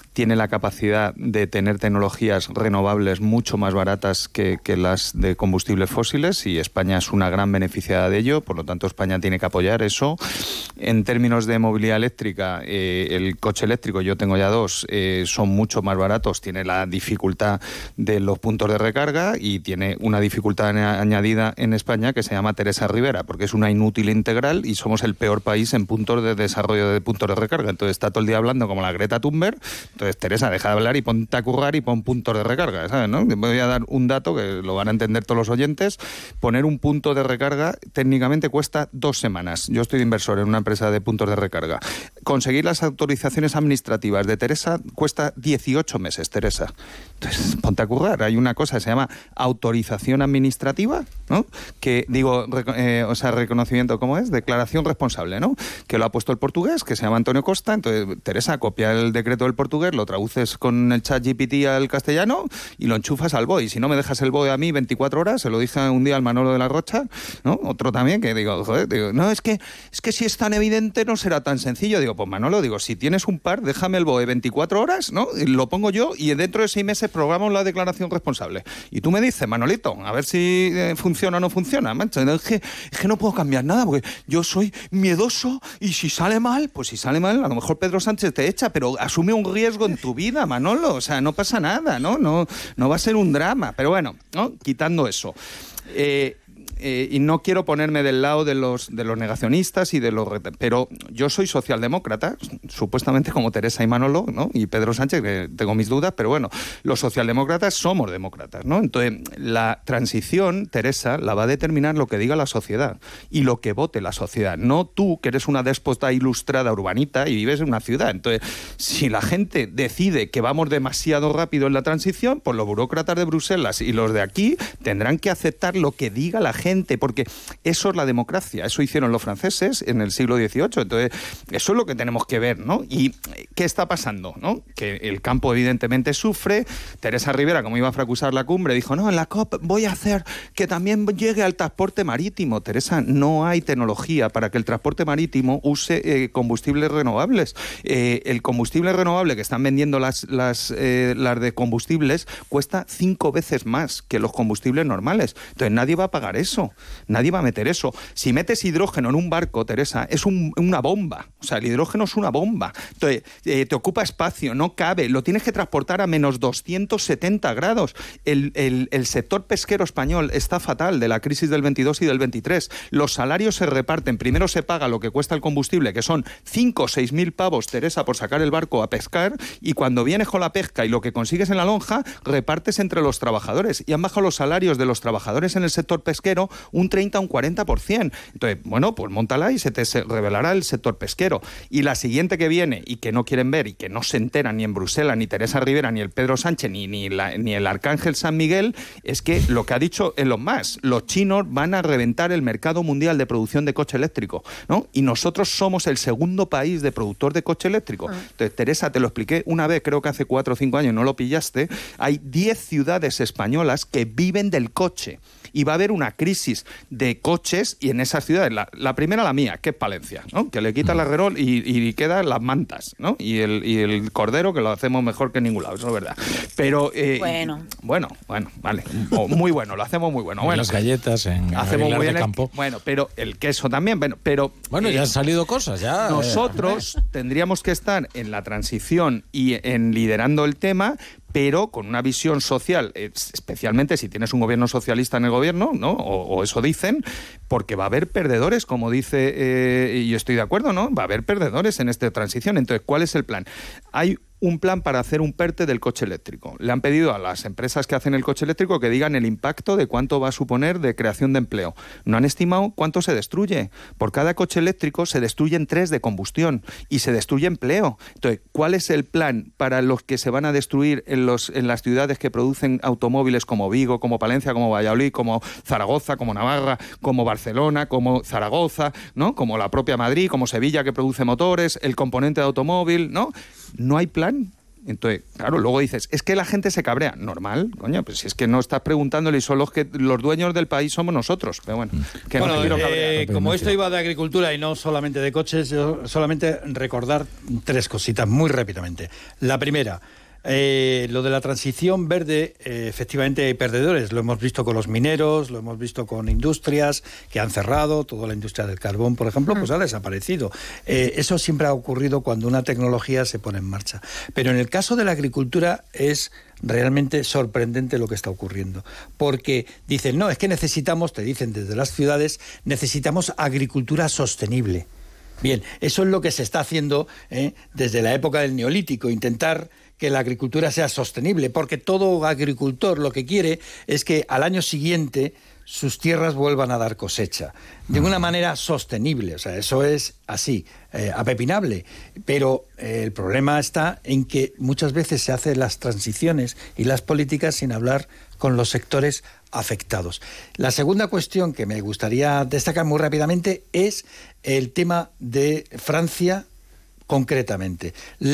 Speaker 3: tiene la capacidad de tener tecnologías renovables mucho más baratas que las de combustibles fósiles, y España es una gran beneficiada de ello, por lo tanto España tiene que apoyar eso. En términos de movilidad eléctrica, el coche eléctrico, yo tengo ya 2, son mucho más baratos, tiene la dificultad de los puntos de recarga y tiene una dificultad añadida en España que se llama Teresa Rivera, porque es una inútil integral y somos el peor país en puntos de desarrollo de puntos de recarga. Entonces está todo el día hablando como la Greta Thunberg. Entonces, Teresa, deja de hablar y ponte a currar y pon puntos de recarga, ¿sabes? ¿No? Voy a dar un dato que lo van a entender todos los oyentes. Poner un punto de recarga técnicamente cuesta 2 semanas. Yo estoy de inversor en una empresa de puntos de recarga. Conseguir las autorizaciones administrativas de Teresa cuesta 18 meses, Teresa. Entonces, ponte a currar. Hay una cosa que se llama autorización administrativa, ¿no? Que digo, reconocimiento, ¿cómo es? Declaración responsable, ¿no? Que lo ha puesto el portugués, que se llama Antonio Costa. Entonces, Teresa, copia el decreto del portugués, lo traduces con el ChatGPT al castellano y lo enchufas al BOE. Y si no me dejas el BOE a mí 24 horas, se lo dije un día al Manolo de la Rocha, ¿no? Otro también, que digo, no, es que si es tan evidente no será tan sencillo. Digo, pues Manolo, si tienes un par, déjame el BOE 24 horas, ¿no? Y lo pongo yo y dentro de 6 meses programamos la declaración responsable. Y tú me dices, Manolito, a ver si funciona o no funciona, mancha. Es que no puedo cambiar nada porque yo soy miedoso y si sale mal, a lo mejor Pedro Sánchez te echa, pero asume un riesgo en tu vida, Manolo. O sea, no pasa nada, ¿no? No va a ser un drama. Pero bueno, ¿no? Quitando eso. Y no quiero ponerme del lado de los negacionistas pero yo soy socialdemócrata, supuestamente como Teresa y Manolo, ¿no? Y Pedro Sánchez, que tengo mis dudas, pero bueno, los socialdemócratas somos demócratas, ¿no? Entonces, la transición, Teresa, la va a determinar lo que diga la sociedad y lo que vote la sociedad, no tú, que eres una déspota ilustrada urbanita y vives en una ciudad. Entonces, si la gente decide que vamos demasiado rápido en la transición, pues los burócratas de Bruselas y los de aquí tendrán que aceptar lo que diga la gente, porque eso es la democracia, eso hicieron los franceses en el siglo XVIII. Entonces, eso es lo que tenemos que ver, ¿no? ¿Y qué está pasando, no? Que el campo evidentemente sufre. Teresa Rivera, como iba a fracusar la cumbre, dijo, no, en la COP voy a hacer que también llegue al transporte marítimo. Teresa, no hay tecnología para que el transporte marítimo use combustibles renovables. El combustible renovable que están vendiendo las de combustibles cuesta 5 veces más que los combustibles normales. Entonces, nadie va a pagar eso. Nadie va a meter eso. Si metes hidrógeno en un barco, Teresa, es una bomba. O sea, el hidrógeno es una bomba. Entonces, te ocupa espacio, no cabe. Lo tienes que transportar a menos 270 grados. El sector pesquero español está fatal de la crisis del 22 y del 23. Los salarios se reparten. Primero se paga lo que cuesta el combustible, que son 5 o 6 mil pavos, Teresa, por sacar el barco a pescar, y cuando vienes con la pesca y lo que consigues en la lonja, repartes entre los trabajadores. Y han bajado los salarios de los trabajadores en el sector pesquero un 30 o un 40%. Entonces, bueno, pues móntala y se te revelará el sector pesquero. Y la siguiente que viene y que no quieren ver y que no se enteran ni en Bruselas, ni Teresa Rivera, ni el Pedro Sánchez, ni el Arcángel San Miguel, es que lo que ha dicho Elon Musk, los chinos van a reventar el mercado mundial de producción de coche eléctrico, ¿no? Y nosotros somos el segundo país de productor de coche eléctrico. Entonces, Teresa, te lo expliqué una vez, creo que hace 4 o 5 años, no lo pillaste. Hay 10 ciudades españolas que viven del coche. Y va a haber una crisis de coches y en esas ciudades. La primera, la mía, que es Palencia, ¿no? Que le quitan la Renault y quedan las mantas, ¿no? Y el cordero, que lo hacemos mejor que en ningún lado, eso es verdad. Pero bueno, vale. Muy bueno, lo hacemos muy bueno. Las
Speaker 1: galletas en
Speaker 3: hacemos muy bien
Speaker 1: de campo.
Speaker 3: Bueno, pero el queso también, pero
Speaker 1: ya han salido cosas, ya.
Speaker 3: Nosotros tendríamos que estar en la transición y en liderando el tema, pero con una visión social, especialmente si tienes un gobierno socialista en el gobierno, ¿no? O eso dicen, porque va a haber perdedores, como dice, y yo estoy de acuerdo, ¿no? Va a haber perdedores en esta transición. Entonces, ¿cuál es el plan? Hay un plan para hacer un PERTE del coche eléctrico. Le han pedido a las empresas que hacen el coche eléctrico que digan el impacto de cuánto va a suponer de creación de empleo. No han estimado cuánto se destruye. Por cada coche eléctrico se destruyen 3 de combustión y se destruye empleo. Entonces, ¿cuál es el plan para los que se van a destruir en las ciudades que producen automóviles como Vigo, como Palencia, como Valladolid, como Zaragoza, como Navarra, como Barcelona, como Zaragoza, ¿no? Como la propia Madrid, como Sevilla, que produce motores, el componente de automóvil, ¿no? No hay plan. Entonces, claro, luego dices, es que la gente se cabrea. Normal, coño, pues si es que no estás preguntándole y son los dueños del país somos nosotros. Pero bueno, que
Speaker 2: bueno,
Speaker 3: no quiero cabrear.
Speaker 2: Como esto iba de agricultura y no solamente de coches, yo solamente recordar 3 cositas muy rápidamente. La primera, lo de la transición verde, efectivamente hay perdedores. Lo hemos visto con los mineros, lo hemos visto con industrias que han cerrado, toda la industria del carbón, por ejemplo, pues ha desaparecido. Eso siempre ha ocurrido cuando una tecnología se pone en marcha. Pero en el caso de la agricultura es realmente sorprendente lo que está ocurriendo, porque dicen, no, es que necesitamos, te dicen desde las ciudades, necesitamos agricultura sostenible. Bien, eso es lo que se está haciendo desde la época del Neolítico, intentar que la agricultura sea sostenible, porque todo agricultor lo que quiere es que al año siguiente sus tierras vuelvan a dar cosecha, de una manera sostenible. O sea, eso es así, apepinable. Pero el problema está en que muchas veces se hacen las transiciones y las políticas sin hablar con los sectores afectados. La segunda cuestión que me gustaría destacar muy rápidamente es el tema de Francia concretamente.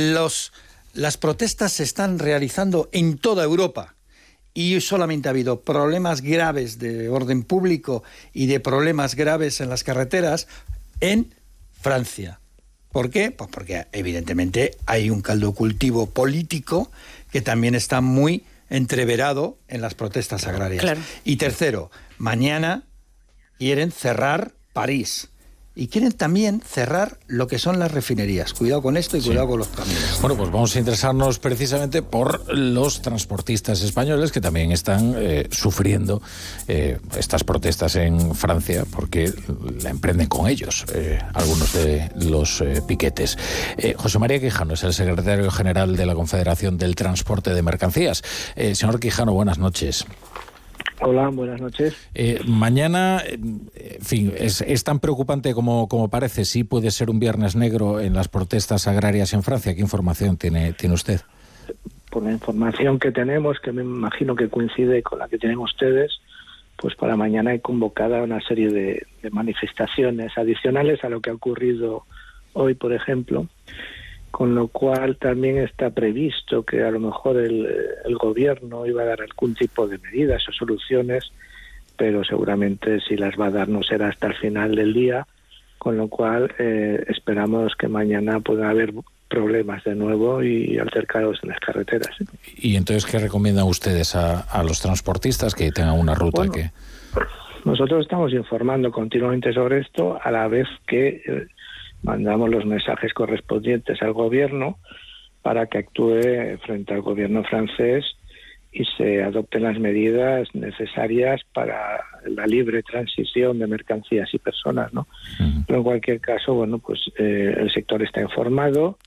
Speaker 2: Las protestas se están realizando en toda Europa y solamente ha habido problemas graves de orden público y de problemas graves en las carreteras en Francia. ¿Por qué? Pues porque evidentemente hay un caldo cultivo político que también está muy entreverado en las protestas agrarias. Claro. Y tercero, mañana quieren cerrar París. Y quieren también cerrar lo que son las refinerías. Cuidado con esto y cuidado con los camiones.
Speaker 1: Bueno, pues vamos a interesarnos precisamente por los transportistas españoles que también están sufriendo estas protestas en Francia porque la emprenden con ellos, algunos de los piquetes. José María Quijano es el secretario general de la Confederación del Transporte de Mercancías. Señor Quijano, buenas noches.
Speaker 21: Hola, buenas noches.
Speaker 1: Mañana, en fin, es tan preocupante como parece. Sí puede ser un viernes negro en las protestas agrarias en Francia. ¿Qué información tiene usted?
Speaker 21: Por la información que tenemos, que me imagino que coincide con la que tienen ustedes, pues para mañana hay convocada una serie de manifestaciones adicionales a lo que ha ocurrido hoy, por ejemplo, con lo cual también está previsto que a lo mejor el gobierno iba a dar algún tipo de medidas o soluciones, pero seguramente si las va a dar no será hasta el final del día, con lo cual esperamos que mañana pueda haber problemas de nuevo y altercados en las carreteras.
Speaker 1: ¿Y entonces qué recomiendan ustedes a los transportistas que tengan una ruta?
Speaker 21: Bueno, que nosotros estamos informando continuamente sobre esto, a la vez que mandamos los mensajes correspondientes al gobierno para que actúe frente al gobierno francés y se adopten las medidas necesarias para la libre transición de mercancías y personas, ¿no? Pero en cualquier caso, bueno, pues el sector está informado,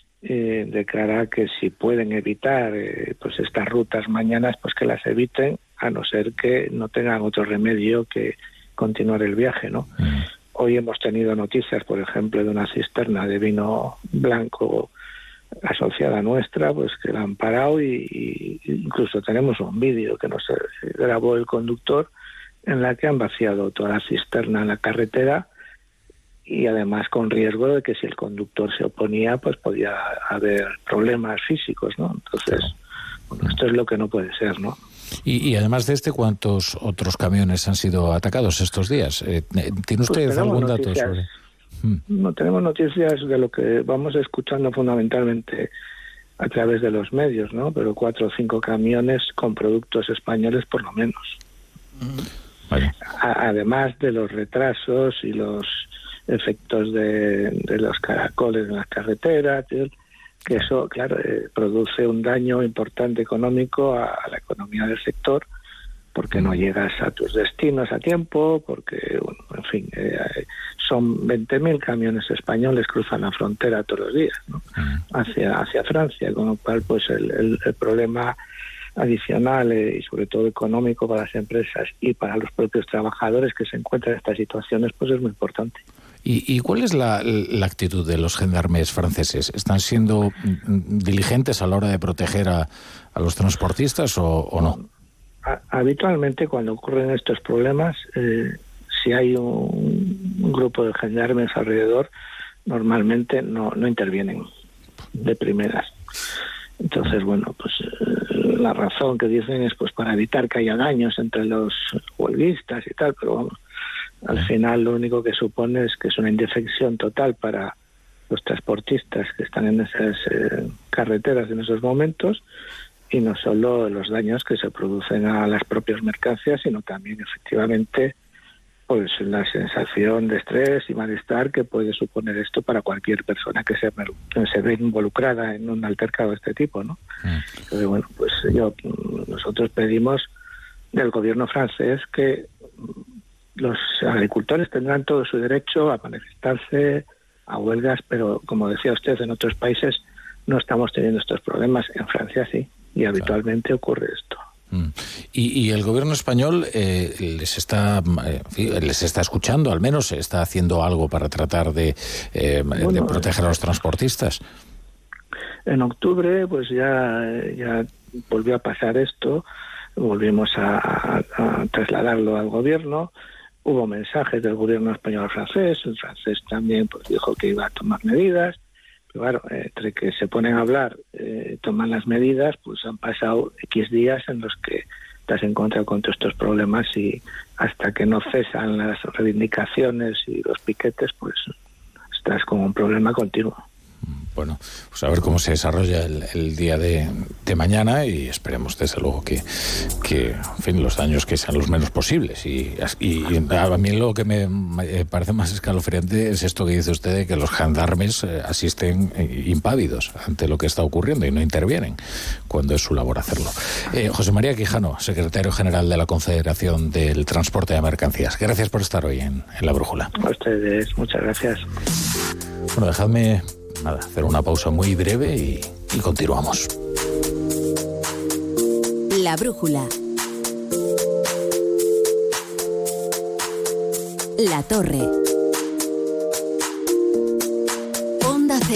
Speaker 21: declara que si pueden evitar pues estas rutas mañanas, pues que las eviten, a no ser que no tengan otro remedio que continuar el viaje, ¿no? Hoy hemos tenido noticias, por ejemplo, de una cisterna de vino blanco asociada a nuestra, pues que la han parado y incluso tenemos un vídeo que nos grabó el conductor en la que han vaciado toda la cisterna en la carretera y además con riesgo de que si el conductor se oponía, pues podía haber problemas físicos, ¿no? Entonces, bueno, esto es lo que no puede ser, ¿no?
Speaker 1: Y además de ¿cuántos otros camiones han sido atacados estos días? ¿Tiene usted pues algún dato sobre...?
Speaker 21: No tenemos noticias de lo que vamos escuchando fundamentalmente a través de los medios, ¿no? Pero 4 o 5 camiones con productos españoles por lo menos. Vale. Además de los retrasos y los efectos de los caracoles en las carreteras, que eso, claro, produce un daño importante económico a la economía del sector, porque no llegas a tus destinos a tiempo, porque, bueno, en fin, son 20.000 camiones españoles cruzan la frontera todos los días, ¿no? hacia Francia, con lo cual, pues, el problema adicional y sobre todo económico para las empresas y para los propios trabajadores que se encuentran en estas situaciones, pues es muy importante.
Speaker 1: ¿Y cuál es la actitud de los gendarmes franceses? ¿Están siendo diligentes a la hora de proteger a los transportistas o no?
Speaker 21: Habitualmente cuando ocurren estos problemas, si hay un grupo de gendarmes alrededor, normalmente no intervienen de primeras. Entonces, bueno, pues la razón que dicen es pues para evitar que haya daños entre los huelguistas y tal, pero vamos, al final lo único que supone es que es una indefensión total para los transportistas que están en esas carreteras en esos momentos, y no solo los daños que se producen a las propias mercancías, sino también efectivamente pues la sensación de estrés y malestar que puede suponer esto para cualquier persona que se ve involucrada en un altercado de este tipo, ¿no? Entonces, bueno, pues nosotros pedimos del gobierno francés que los agricultores tendrán todo su derecho a manifestarse, a huelgas, pero como decía usted, en otros países no estamos teniendo estos problemas. En Francia sí, y habitualmente ocurre esto.
Speaker 1: Y el gobierno español les está escuchando, al menos está haciendo algo para tratar de proteger a los transportistas.
Speaker 21: En octubre pues ya volvió a pasar esto, volvimos a trasladarlo al gobierno. Hubo mensajes del gobierno español al francés, el francés también pues dijo que iba a tomar medidas. Claro, entre que se ponen a hablar, toman las medidas, pues han pasado X días en los que te has encontrado con todos estos problemas, y hasta que no cesan las reivindicaciones y los piquetes, pues estás con un problema continuo.
Speaker 1: Bueno, pues a ver cómo se desarrolla el día de mañana, y esperemos desde luego que en fin, los daños que sean los menos posibles. Y a mí lo que me parece más escalofriante es esto que dice usted, de que los gendarmes asisten impávidos ante lo que está ocurriendo y no intervienen cuando es su labor hacerlo. José María Quijano, secretario general de la Confederación del Transporte de Mercancías, gracias por estar hoy en La Brújula.
Speaker 21: A ustedes, muchas gracias.
Speaker 1: Bueno, dejadme hacer una pausa muy breve y continuamos.
Speaker 20: La Brújula. La Torre. Onda Cero.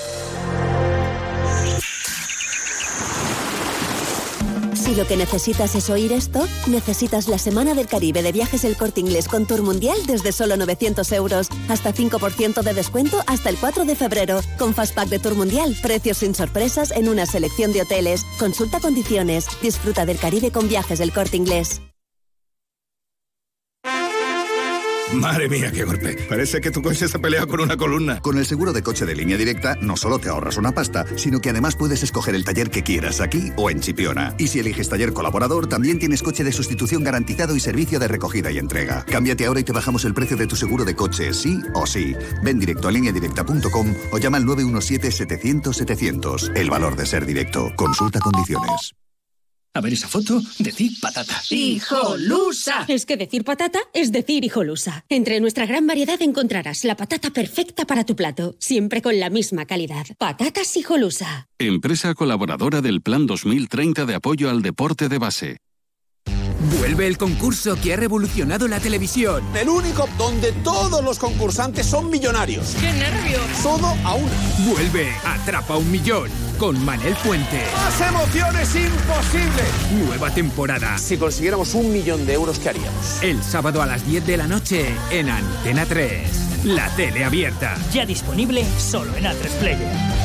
Speaker 20: Si lo que necesitas es oír esto, necesitas la Semana del Caribe de Viajes El Corte Inglés con Tour Mundial desde solo 900 euros. Hasta 5% de descuento hasta el 4 de febrero. Con Fastpack de Tour Mundial, precios sin sorpresas en una selección de hoteles. Consulta condiciones. Disfruta del Caribe con Viajes El Corte Inglés.
Speaker 10: Madre mía, qué golpe. Parece que tu coche se ha peleado con una columna.
Speaker 9: Con el seguro de coche de Línea Directa, no solo te ahorras una pasta, sino que además puedes escoger el taller que quieras aquí o en Chipiona. Y si eliges taller colaborador, también tienes coche de sustitución garantizado y servicio de recogida y entrega. Cámbiate ahora y te bajamos el precio de tu seguro de coche, sí o sí. Ven directo a lineadirecta.com o llama al 917-700-700. El valor de ser directo. Consulta condiciones.
Speaker 19: A ver esa foto, decir patata.
Speaker 6: ¡Hijolusa! Es que decir patata es decir hijolusa. Entre nuestra gran variedad encontrarás la patata perfecta para tu plato, siempre con la misma calidad. Patatas Hijolusa.
Speaker 22: Empresa colaboradora del Plan 2030 de apoyo al deporte de base.
Speaker 17: Vuelve el concurso que ha revolucionado la televisión.
Speaker 18: El único donde todos los concursantes son millonarios.
Speaker 6: ¡Qué nervios!
Speaker 18: Todo a una.
Speaker 17: Vuelve Atrapa un Millón con Manel Fuente.
Speaker 18: ¡Más emociones imposible!
Speaker 17: Nueva temporada.
Speaker 18: Si consiguiéramos 1 millón de euros, ¿qué haríamos?
Speaker 17: El sábado a las 10 de la noche en Antena 3. La tele abierta.
Speaker 19: Ya disponible solo en A3 Player.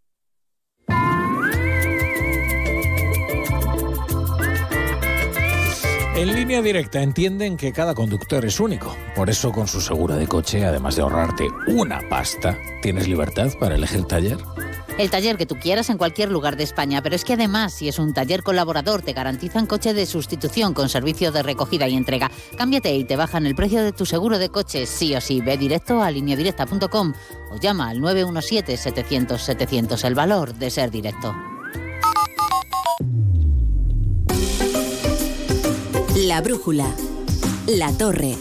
Speaker 1: En Línea Directa entienden que cada conductor es único. Por eso, con su seguro de coche, además de ahorrarte una pasta, tienes libertad para elegir taller.
Speaker 23: El taller que tú quieras en cualquier lugar de España, pero es que además, si es un taller colaborador, te garantizan coche de sustitución con servicio de recogida y entrega. Cámbiate y te bajan el precio de tu seguro de coche, sí o sí. Ve directo a lineadirecta.com o llama al 917-700-700. El valor de ser directo.
Speaker 20: La Brújula. La Torre.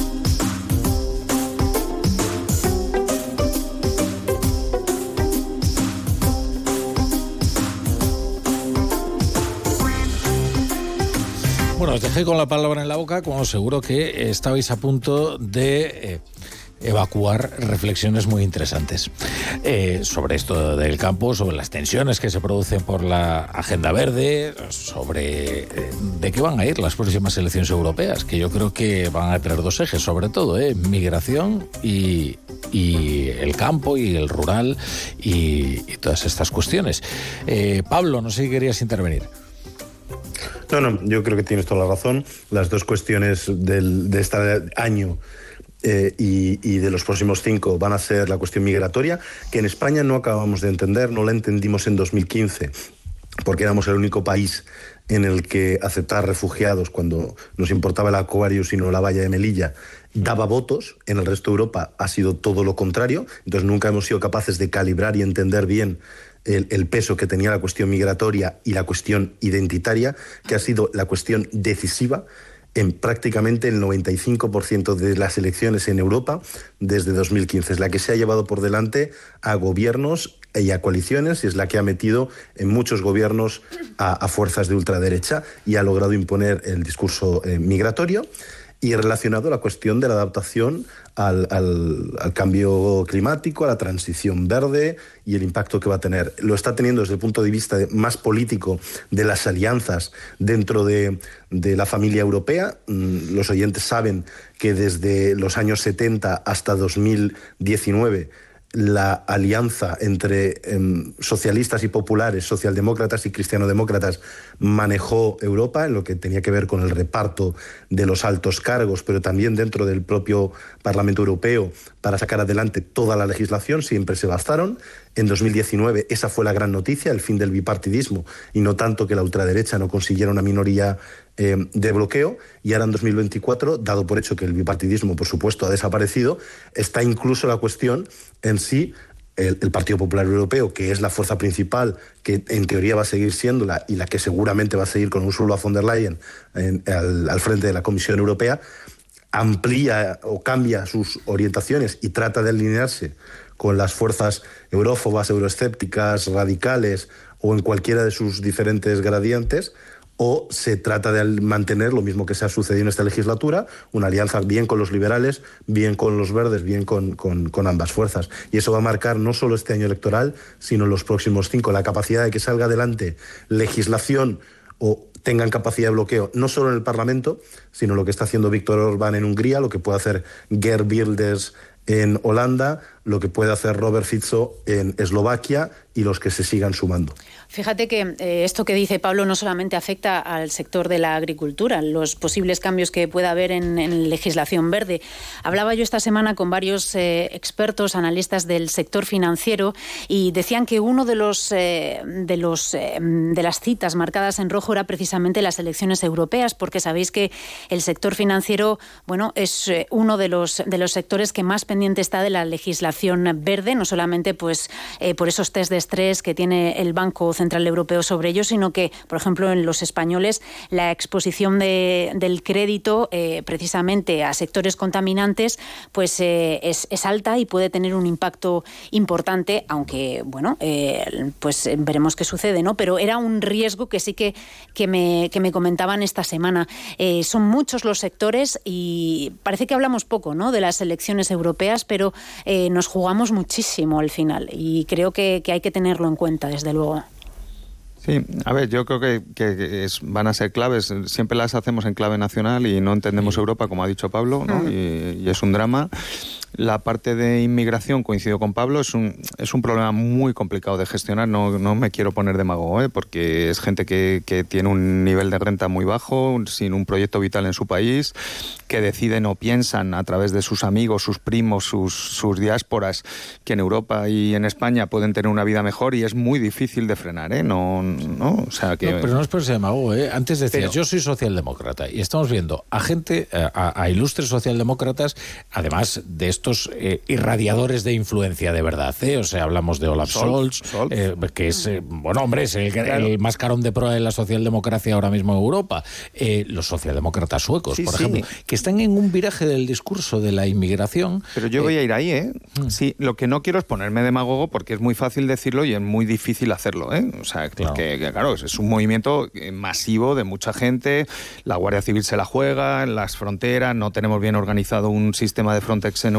Speaker 1: Bueno, os dejé con la palabra en la boca, como seguro que estabais a punto de evacuar reflexiones muy interesantes sobre esto del campo, sobre las tensiones que se producen por la agenda verde, sobre de qué van a ir las próximas elecciones europeas, que yo creo que van a tener 2 ejes, sobre todo, migración y y el campo y el rural y todas estas cuestiones. Pablo, no sé si querías intervenir.
Speaker 5: No, yo creo que tienes toda la razón. Las dos cuestiones de este año y de los próximos 5 van a ser la cuestión migratoria, que en España no acabamos de entender, no la entendimos en 2015, porque éramos el único país en el que aceptar refugiados, cuando nos importaba el Aquarius y no la valla de Melilla, daba votos. En el resto de Europa ha sido todo lo contrario, entonces nunca hemos sido capaces de calibrar y entender bien el peso que tenía la cuestión migratoria y la cuestión identitaria, que ha sido la cuestión decisiva en prácticamente el 95% de las elecciones en Europa desde 2015. Es la que se ha llevado por delante a gobiernos y a coaliciones, y es la que ha metido en muchos gobiernos a fuerzas de ultraderecha y ha logrado imponer el discurso migratorio. Y relacionado a la cuestión de la adaptación al cambio climático, a la transición verde y el impacto que va a tener. Lo está teniendo desde el punto de vista más político de las alianzas dentro de la familia europea. Los oyentes saben que desde los años 70 hasta 2019 la alianza entre socialistas y populares, socialdemócratas y cristianodemócratas manejó Europa en lo que tenía que ver con el reparto de los altos cargos, pero también dentro del propio Parlamento Europeo para sacar adelante toda la legislación. Siempre se bastaron. En 2019 esa fue la gran noticia, el fin del bipartidismo, y no tanto que la ultraderecha no consiguiera una minoría de bloqueo. Y ahora en 2024, dado por hecho que el bipartidismo, por supuesto, ha desaparecido, está incluso la cuestión en sí. El Partido Popular Europeo, que es la fuerza principal, que en teoría va a seguir siéndola y la que seguramente va a seguir con Ursula von der Leyen al frente de la Comisión Europea, amplía o cambia sus orientaciones y trata de alinearse con las fuerzas eurófobas, euroescépticas, radicales o en cualquiera de sus diferentes gradientes, o se trata de mantener lo mismo que se ha sucedido en esta legislatura, una alianza bien con los liberales, bien con los verdes, bien con ambas fuerzas. Y eso va a marcar no solo este año electoral, sino los próximos 5, la capacidad de que salga adelante legislación o tengan capacidad de bloqueo, no solo en el Parlamento, sino lo que está haciendo Víctor Orbán en Hungría, lo que puede hacer Geert Wilders en Holanda, lo que puede hacer Robert Fico en Eslovaquia y los que se sigan sumando.
Speaker 4: Fíjate que esto que dice Pablo no solamente afecta al sector de la agricultura, los posibles cambios que pueda haber en legislación verde. Hablaba yo esta semana con varios expertos, analistas del sector financiero, y decían que uno de las citas marcadas en rojo era precisamente las elecciones europeas, porque sabéis que el sector financiero, bueno, es uno de los sectores que más pendiente está de la legislación verde, no solamente pues por esos test de estrés que tiene el Banco Central Europeo sobre ello, sino que, por ejemplo, en los españoles la exposición del crédito precisamente a sectores contaminantes pues es alta y puede tener un impacto importante, aunque bueno, pues veremos qué sucede, ¿no? Pero era un riesgo que sí que me comentaban esta semana. Son muchos los sectores y parece que hablamos poco, ¿no?, de las elecciones europeas, pero nos jugamos muchísimo al final y creo que hay que tenerlo en cuenta, desde luego.
Speaker 3: Sí, a ver, yo creo que van a ser claves. Siempre las hacemos en clave nacional y no entendemos Europa, como ha dicho Pablo, ¿no? Y es un drama. La parte de inmigración, coincido con Pablo, es un problema muy complicado de gestionar. No me quiero poner demagogo, porque es gente que tiene un nivel de renta muy bajo, sin un proyecto vital en su país, que deciden o piensan a través de sus amigos, sus primos, sus diásporas, que en Europa y en España pueden tener una vida mejor, y es muy difícil de frenar, o sea que...
Speaker 1: No, pero no es por ser demagogo, Antes decías, yo soy socialdemócrata, y estamos viendo a gente, a ilustres socialdemócratas, además de estos irradiadores de influencia de verdad, O sea, hablamos de Olaf Scholz, que es, bueno, hombre, es el mascarón de proa de la socialdemocracia ahora mismo en Europa. Los socialdemócratas suecos, por ejemplo, que están en un viraje del discurso de la inmigración.
Speaker 3: Pero yo voy a ir ahí, Sí, lo que no quiero es ponerme demagogo, porque es muy fácil decirlo y es muy difícil hacerlo, O sea, porque, claro, es un movimiento masivo de mucha gente, la Guardia Civil se la juega, en las fronteras, no tenemos bien organizado un sistema de Frontex en Europa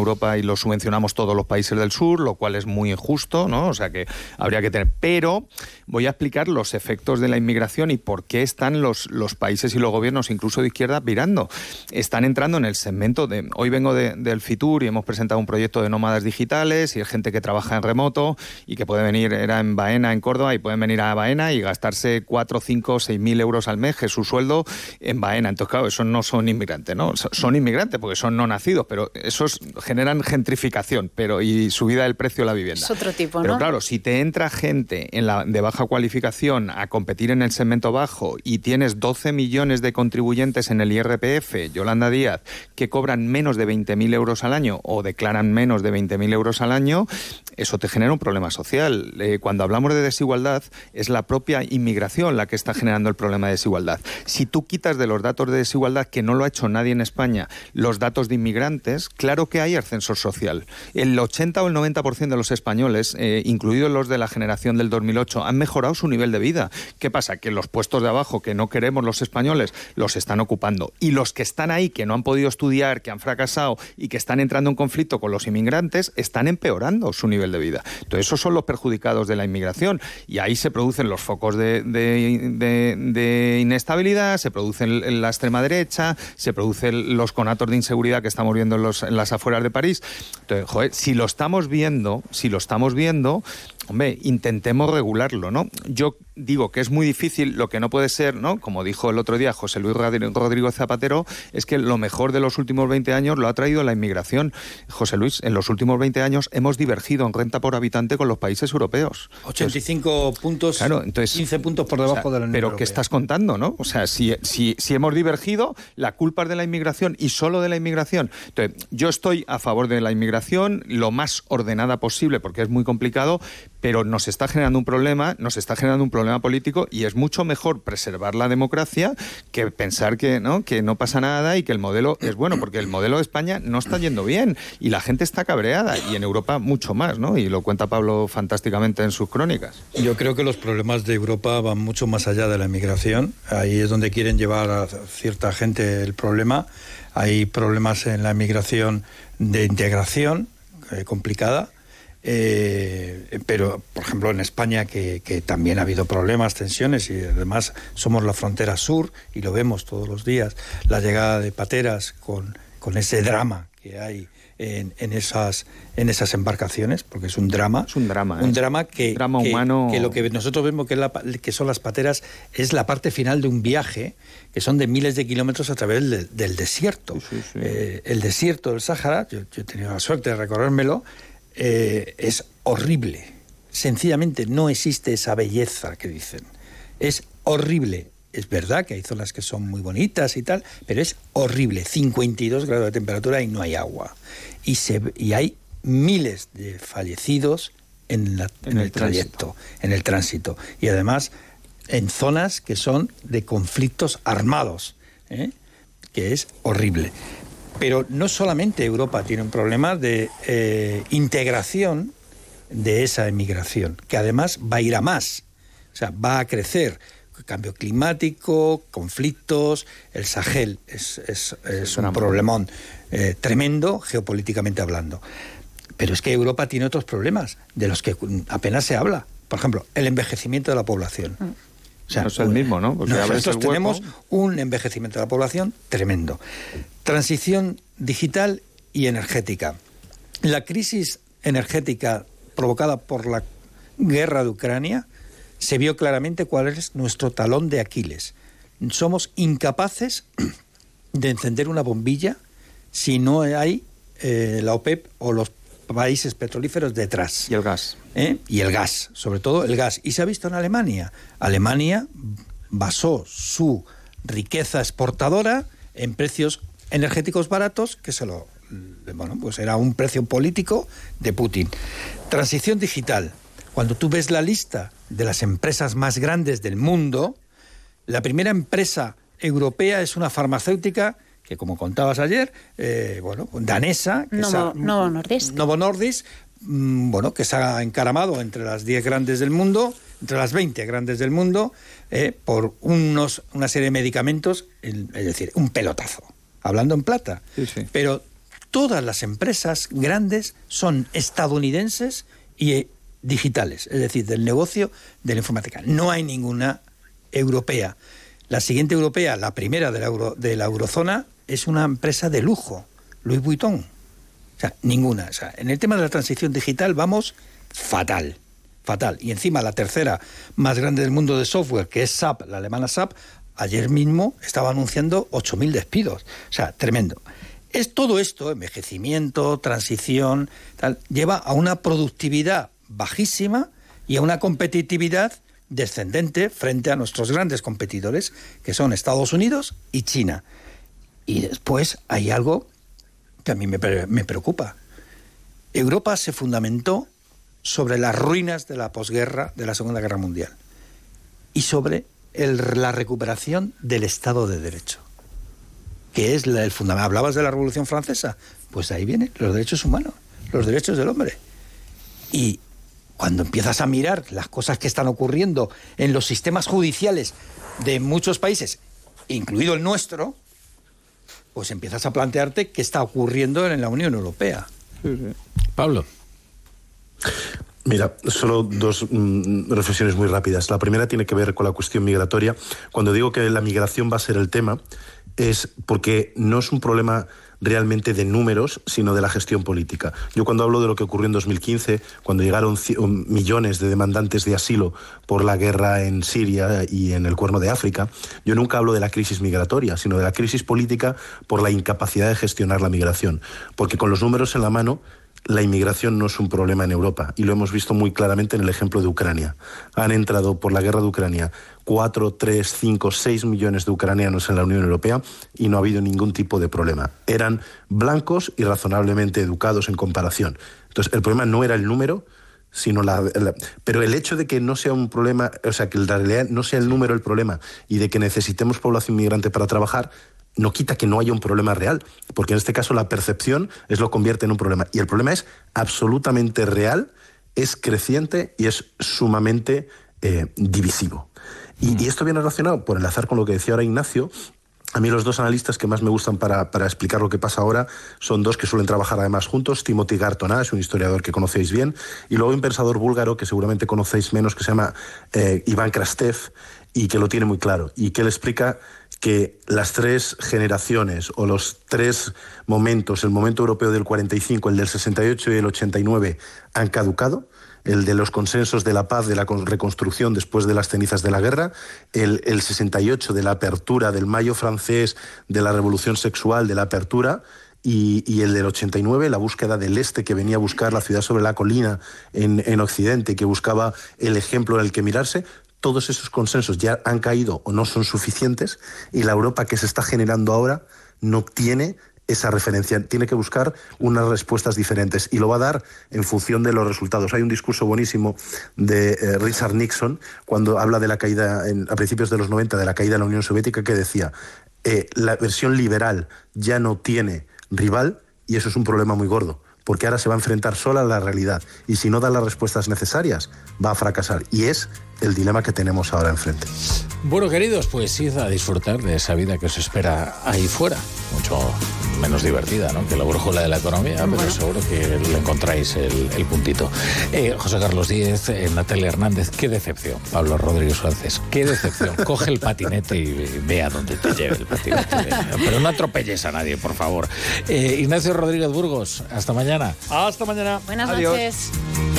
Speaker 3: Europa y lo subvencionamos todos los países del sur, lo cual es muy injusto, ¿no? O sea que habría que tener... Pero voy a explicar los efectos de la inmigración y por qué están los países y los gobiernos, incluso de izquierda, virando. Están entrando en el segmento de... Hoy vengo del Fitur y hemos presentado un proyecto de nómadas digitales y hay gente que trabaja en remoto y que puede venir, era en Baena, en Córdoba, y pueden venir a Baena y gastarse 4, 5, 6.000 euros al mes, que es su sueldo, en Baena. Entonces, claro, esos no son inmigrantes, ¿no? Son inmigrantes porque son no nacidos, pero esos generan gentrificación y subida del precio de la vivienda.
Speaker 4: Es otro tipo, ¿no?
Speaker 3: Pero claro, si te entra gente de baja cualificación a competir en el segmento bajo y tienes 12 millones de contribuyentes en el IRPF, Yolanda Díaz, que cobran menos de 20.000 euros al año o declaran menos de 20.000 euros al año, eso te genera un problema social. Cuando hablamos de desigualdad, es la propia inmigración la que está generando el problema de desigualdad. Si tú quitas de los datos de desigualdad, que no lo ha hecho nadie en España, los datos de inmigrantes, claro que hay ascensor social. El 80 o el 90% de los españoles, incluidos los de la generación del 2008, han mejorado su nivel de vida. ¿Qué pasa? Que los puestos de abajo que no queremos los españoles los están ocupando. Y los que están ahí, que no han podido estudiar, que han fracasado y que están entrando en conflicto con los inmigrantes, están empeorando su nivel de vida. Entonces, esos son los perjudicados de la inmigración. Y ahí se producen los focos de inestabilidad, se producen la extrema derecha, se producen los conatos de inseguridad que estamos viendo en las afueras de París. Entonces, joder, si lo estamos viendo, hombre, intentemos regularlo, ¿no? Yo digo que es muy difícil, lo que no puede ser, ¿no? Como dijo el otro día José Luis Rodrigo Zapatero, es que lo mejor de los últimos 20 años lo ha traído la inmigración. José Luis, en los últimos 20 años hemos divergido en renta por habitante con los países europeos.
Speaker 2: 85 puntos, claro, entonces, 15 puntos por debajo de la Unión
Speaker 3: Pero
Speaker 2: Europea.
Speaker 3: ¿qué estás contando, no? O sea, si hemos divergido, la culpa es de la inmigración y solo de la inmigración. Entonces, yo estoy a favor de la inmigración lo más ordenada posible, porque es muy complicado, pero nos está generando un problema político, y es mucho mejor preservar la democracia que pensar que no pasa nada y que el modelo es bueno, porque el modelo de España no está yendo bien y la gente está cabreada, y en Europa mucho más, ¿no? Y lo cuenta Pablo fantásticamente en sus crónicas.
Speaker 2: Yo creo que los problemas de Europa van mucho más allá de la inmigración. Ahí es donde quieren llevar a cierta gente el problema. Hay problemas en la inmigración de integración complicada. Pero, por ejemplo, en España, que también ha habido problemas, tensiones, y además somos la frontera sur, y lo vemos todos los días, la llegada de pateras con ese drama que hay en esas embarcaciones, porque es un drama.
Speaker 3: Es un drama.
Speaker 2: Un drama
Speaker 3: humano.
Speaker 2: Que lo que nosotros vemos que son las pateras es la parte final de un viaje, que son de miles de kilómetros a través del desierto. Sí. El desierto del Sáhara, yo he tenido la suerte de recorrérmelo, es horrible. Sencillamente no existe esa belleza que dicen. Es horrible. Es verdad que hay zonas que son muy bonitas y tal, pero es horrible. 52 grados de temperatura y no hay agua. Y hay miles de fallecidos en el trayecto, en el tránsito. Y además en zonas que son de conflictos armados, que es horrible. Pero no solamente Europa tiene un problema de integración de esa emigración, que además va a ir a más, o sea, va a crecer. Cambio climático, conflictos, el Sahel es un problemón tremendo geopolíticamente hablando. Pero es que Europa tiene otros problemas de los que apenas se habla. Por ejemplo, el envejecimiento de la población.
Speaker 3: O sea, no es el mismo, ¿no? Porque
Speaker 2: nosotros tenemos un envejecimiento de la población tremendo. Transición digital y energética. La crisis energética provocada por la guerra de Ucrania se vio claramente cuál es nuestro talón de Aquiles. Somos incapaces de encender una bombilla si no hay la OPEP o los países petrolíferos detrás.
Speaker 3: Y el gas.
Speaker 2: Y el gas, sobre todo el gas. Y se ha visto en Alemania. Alemania basó su riqueza exportadora en precios energéticos baratos, que pues era un precio político de Putin. Transición digital. Cuando tú ves la lista de las empresas más grandes del mundo, la primera empresa europea es una farmacéutica que, como contabas ayer, danesa, que Novo Nordisk, que se ha encaramado entre las 10 grandes del mundo, entre las 20 grandes del mundo, por una serie de medicamentos, es decir, un pelotazo, hablando en plata.
Speaker 3: Sí.
Speaker 2: Pero todas las empresas grandes son estadounidenses y digitales, es decir, del negocio de la informática. No hay ninguna europea. La siguiente europea, la primera de la eurozona, es una empresa de lujo, Louis Vuitton. O sea, ninguna. O sea, en el tema de la transición digital vamos fatal. Y encima la tercera más grande del mundo de software, que es SAP, la alemana SAP, ayer mismo estaba anunciando 8.000 despidos. O sea, tremendo. Es todo esto, envejecimiento, transición, tal, lleva a una productividad bajísima y a una competitividad descendente frente a nuestros grandes competidores, que son Estados Unidos y China. Y después hay algo que a mí me preocupa. Europa se fundamentó sobre las ruinas de la posguerra, de la Segunda Guerra Mundial, y sobre la recuperación del Estado de Derecho, que es el fundamento. ¿Hablabas de la Revolución Francesa? Pues de ahí vienen los derechos humanos, los derechos del hombre. Y cuando empiezas a mirar las cosas que están ocurriendo en los sistemas judiciales de muchos países, incluido el nuestro, pues empiezas a plantearte qué está ocurriendo en la Unión Europea.
Speaker 1: Pablo.
Speaker 5: Mira, solo dos reflexiones muy rápidas. La primera tiene que ver con la cuestión migratoria. Cuando digo que la migración va a ser el tema, es porque no es un problema realmente de números, sino de la gestión política. Yo cuando hablo de lo que ocurrió en 2015, cuando llegaron millones de demandantes de asilo por la guerra en Siria y en el Cuerno de África, yo nunca hablo de la crisis migratoria, sino de la crisis política por la incapacidad de gestionar la migración. Porque con los números en la mano, la inmigración no es un problema en Europa, y lo hemos visto muy claramente en el ejemplo de Ucrania. Han entrado por la guerra de Ucrania 4, 3, 5, 6 millones de ucranianos en la Unión Europea y no ha habido ningún tipo de problema. Eran blancos y razonablemente educados en comparación. Entonces, el problema no era el número, sino pero el hecho de que no sea un problema, o sea, que en realidad no sea el número el problema y de que necesitemos población migrante para trabajar, no quita que no haya un problema real, porque en este caso la percepción lo convierte en un problema. Y el problema es absolutamente real, es creciente y es sumamente divisivo. Y esto viene relacionado, por enlazar con lo que decía ahora Ignacio. A mí los dos analistas que más me gustan para explicar lo que pasa ahora son dos que suelen trabajar además juntos. Timothy Garton, es un historiador que conocéis bien, y luego un pensador búlgaro que seguramente conocéis menos, que se llama Iván Krastev, y que lo tiene muy claro, y que él explica que las tres generaciones o los tres momentos, el momento europeo del 45, el del 68 y el 89, han caducado. El de los consensos de la paz, de la reconstrucción después de las cenizas de la guerra, el 68 de la apertura, del mayo francés, de la revolución sexual, de la apertura, y el del 89, la búsqueda del este, que venía a buscar la ciudad sobre la colina en Occidente, que buscaba el ejemplo en el que mirarse. Todos esos consensos ya han caído o no son suficientes, y la Europa que se está generando ahora no tiene esa referencia, tiene que buscar unas respuestas diferentes, y lo va a dar en función de los resultados. Hay un discurso buenísimo de Richard Nixon cuando habla de la caída, a principios de los 90, de la caída de la Unión Soviética, que decía, la versión liberal ya no tiene rival, y eso es un problema muy gordo, porque ahora se va a enfrentar sola a la realidad, y si no da las respuestas necesarias, va a fracasar, y es el dilema que tenemos ahora enfrente.
Speaker 1: Bueno, queridos, pues id a disfrutar de esa vida que os espera ahí fuera, mucho menos divertida, ¿no?, que la brújula de la economía, pero seguro que le encontráis el puntito. José Carlos Díez, Natalia Hernández, qué decepción. Pablo Rodríguez Suárez, qué decepción. Coge el patinete y ve a dónde te lleve el patinete. Pero no atropelles a nadie, por favor. Ignacio Rodríguez Burgos, hasta mañana.
Speaker 2: Hasta mañana.
Speaker 4: Buenas
Speaker 2: Adiós.
Speaker 4: noches.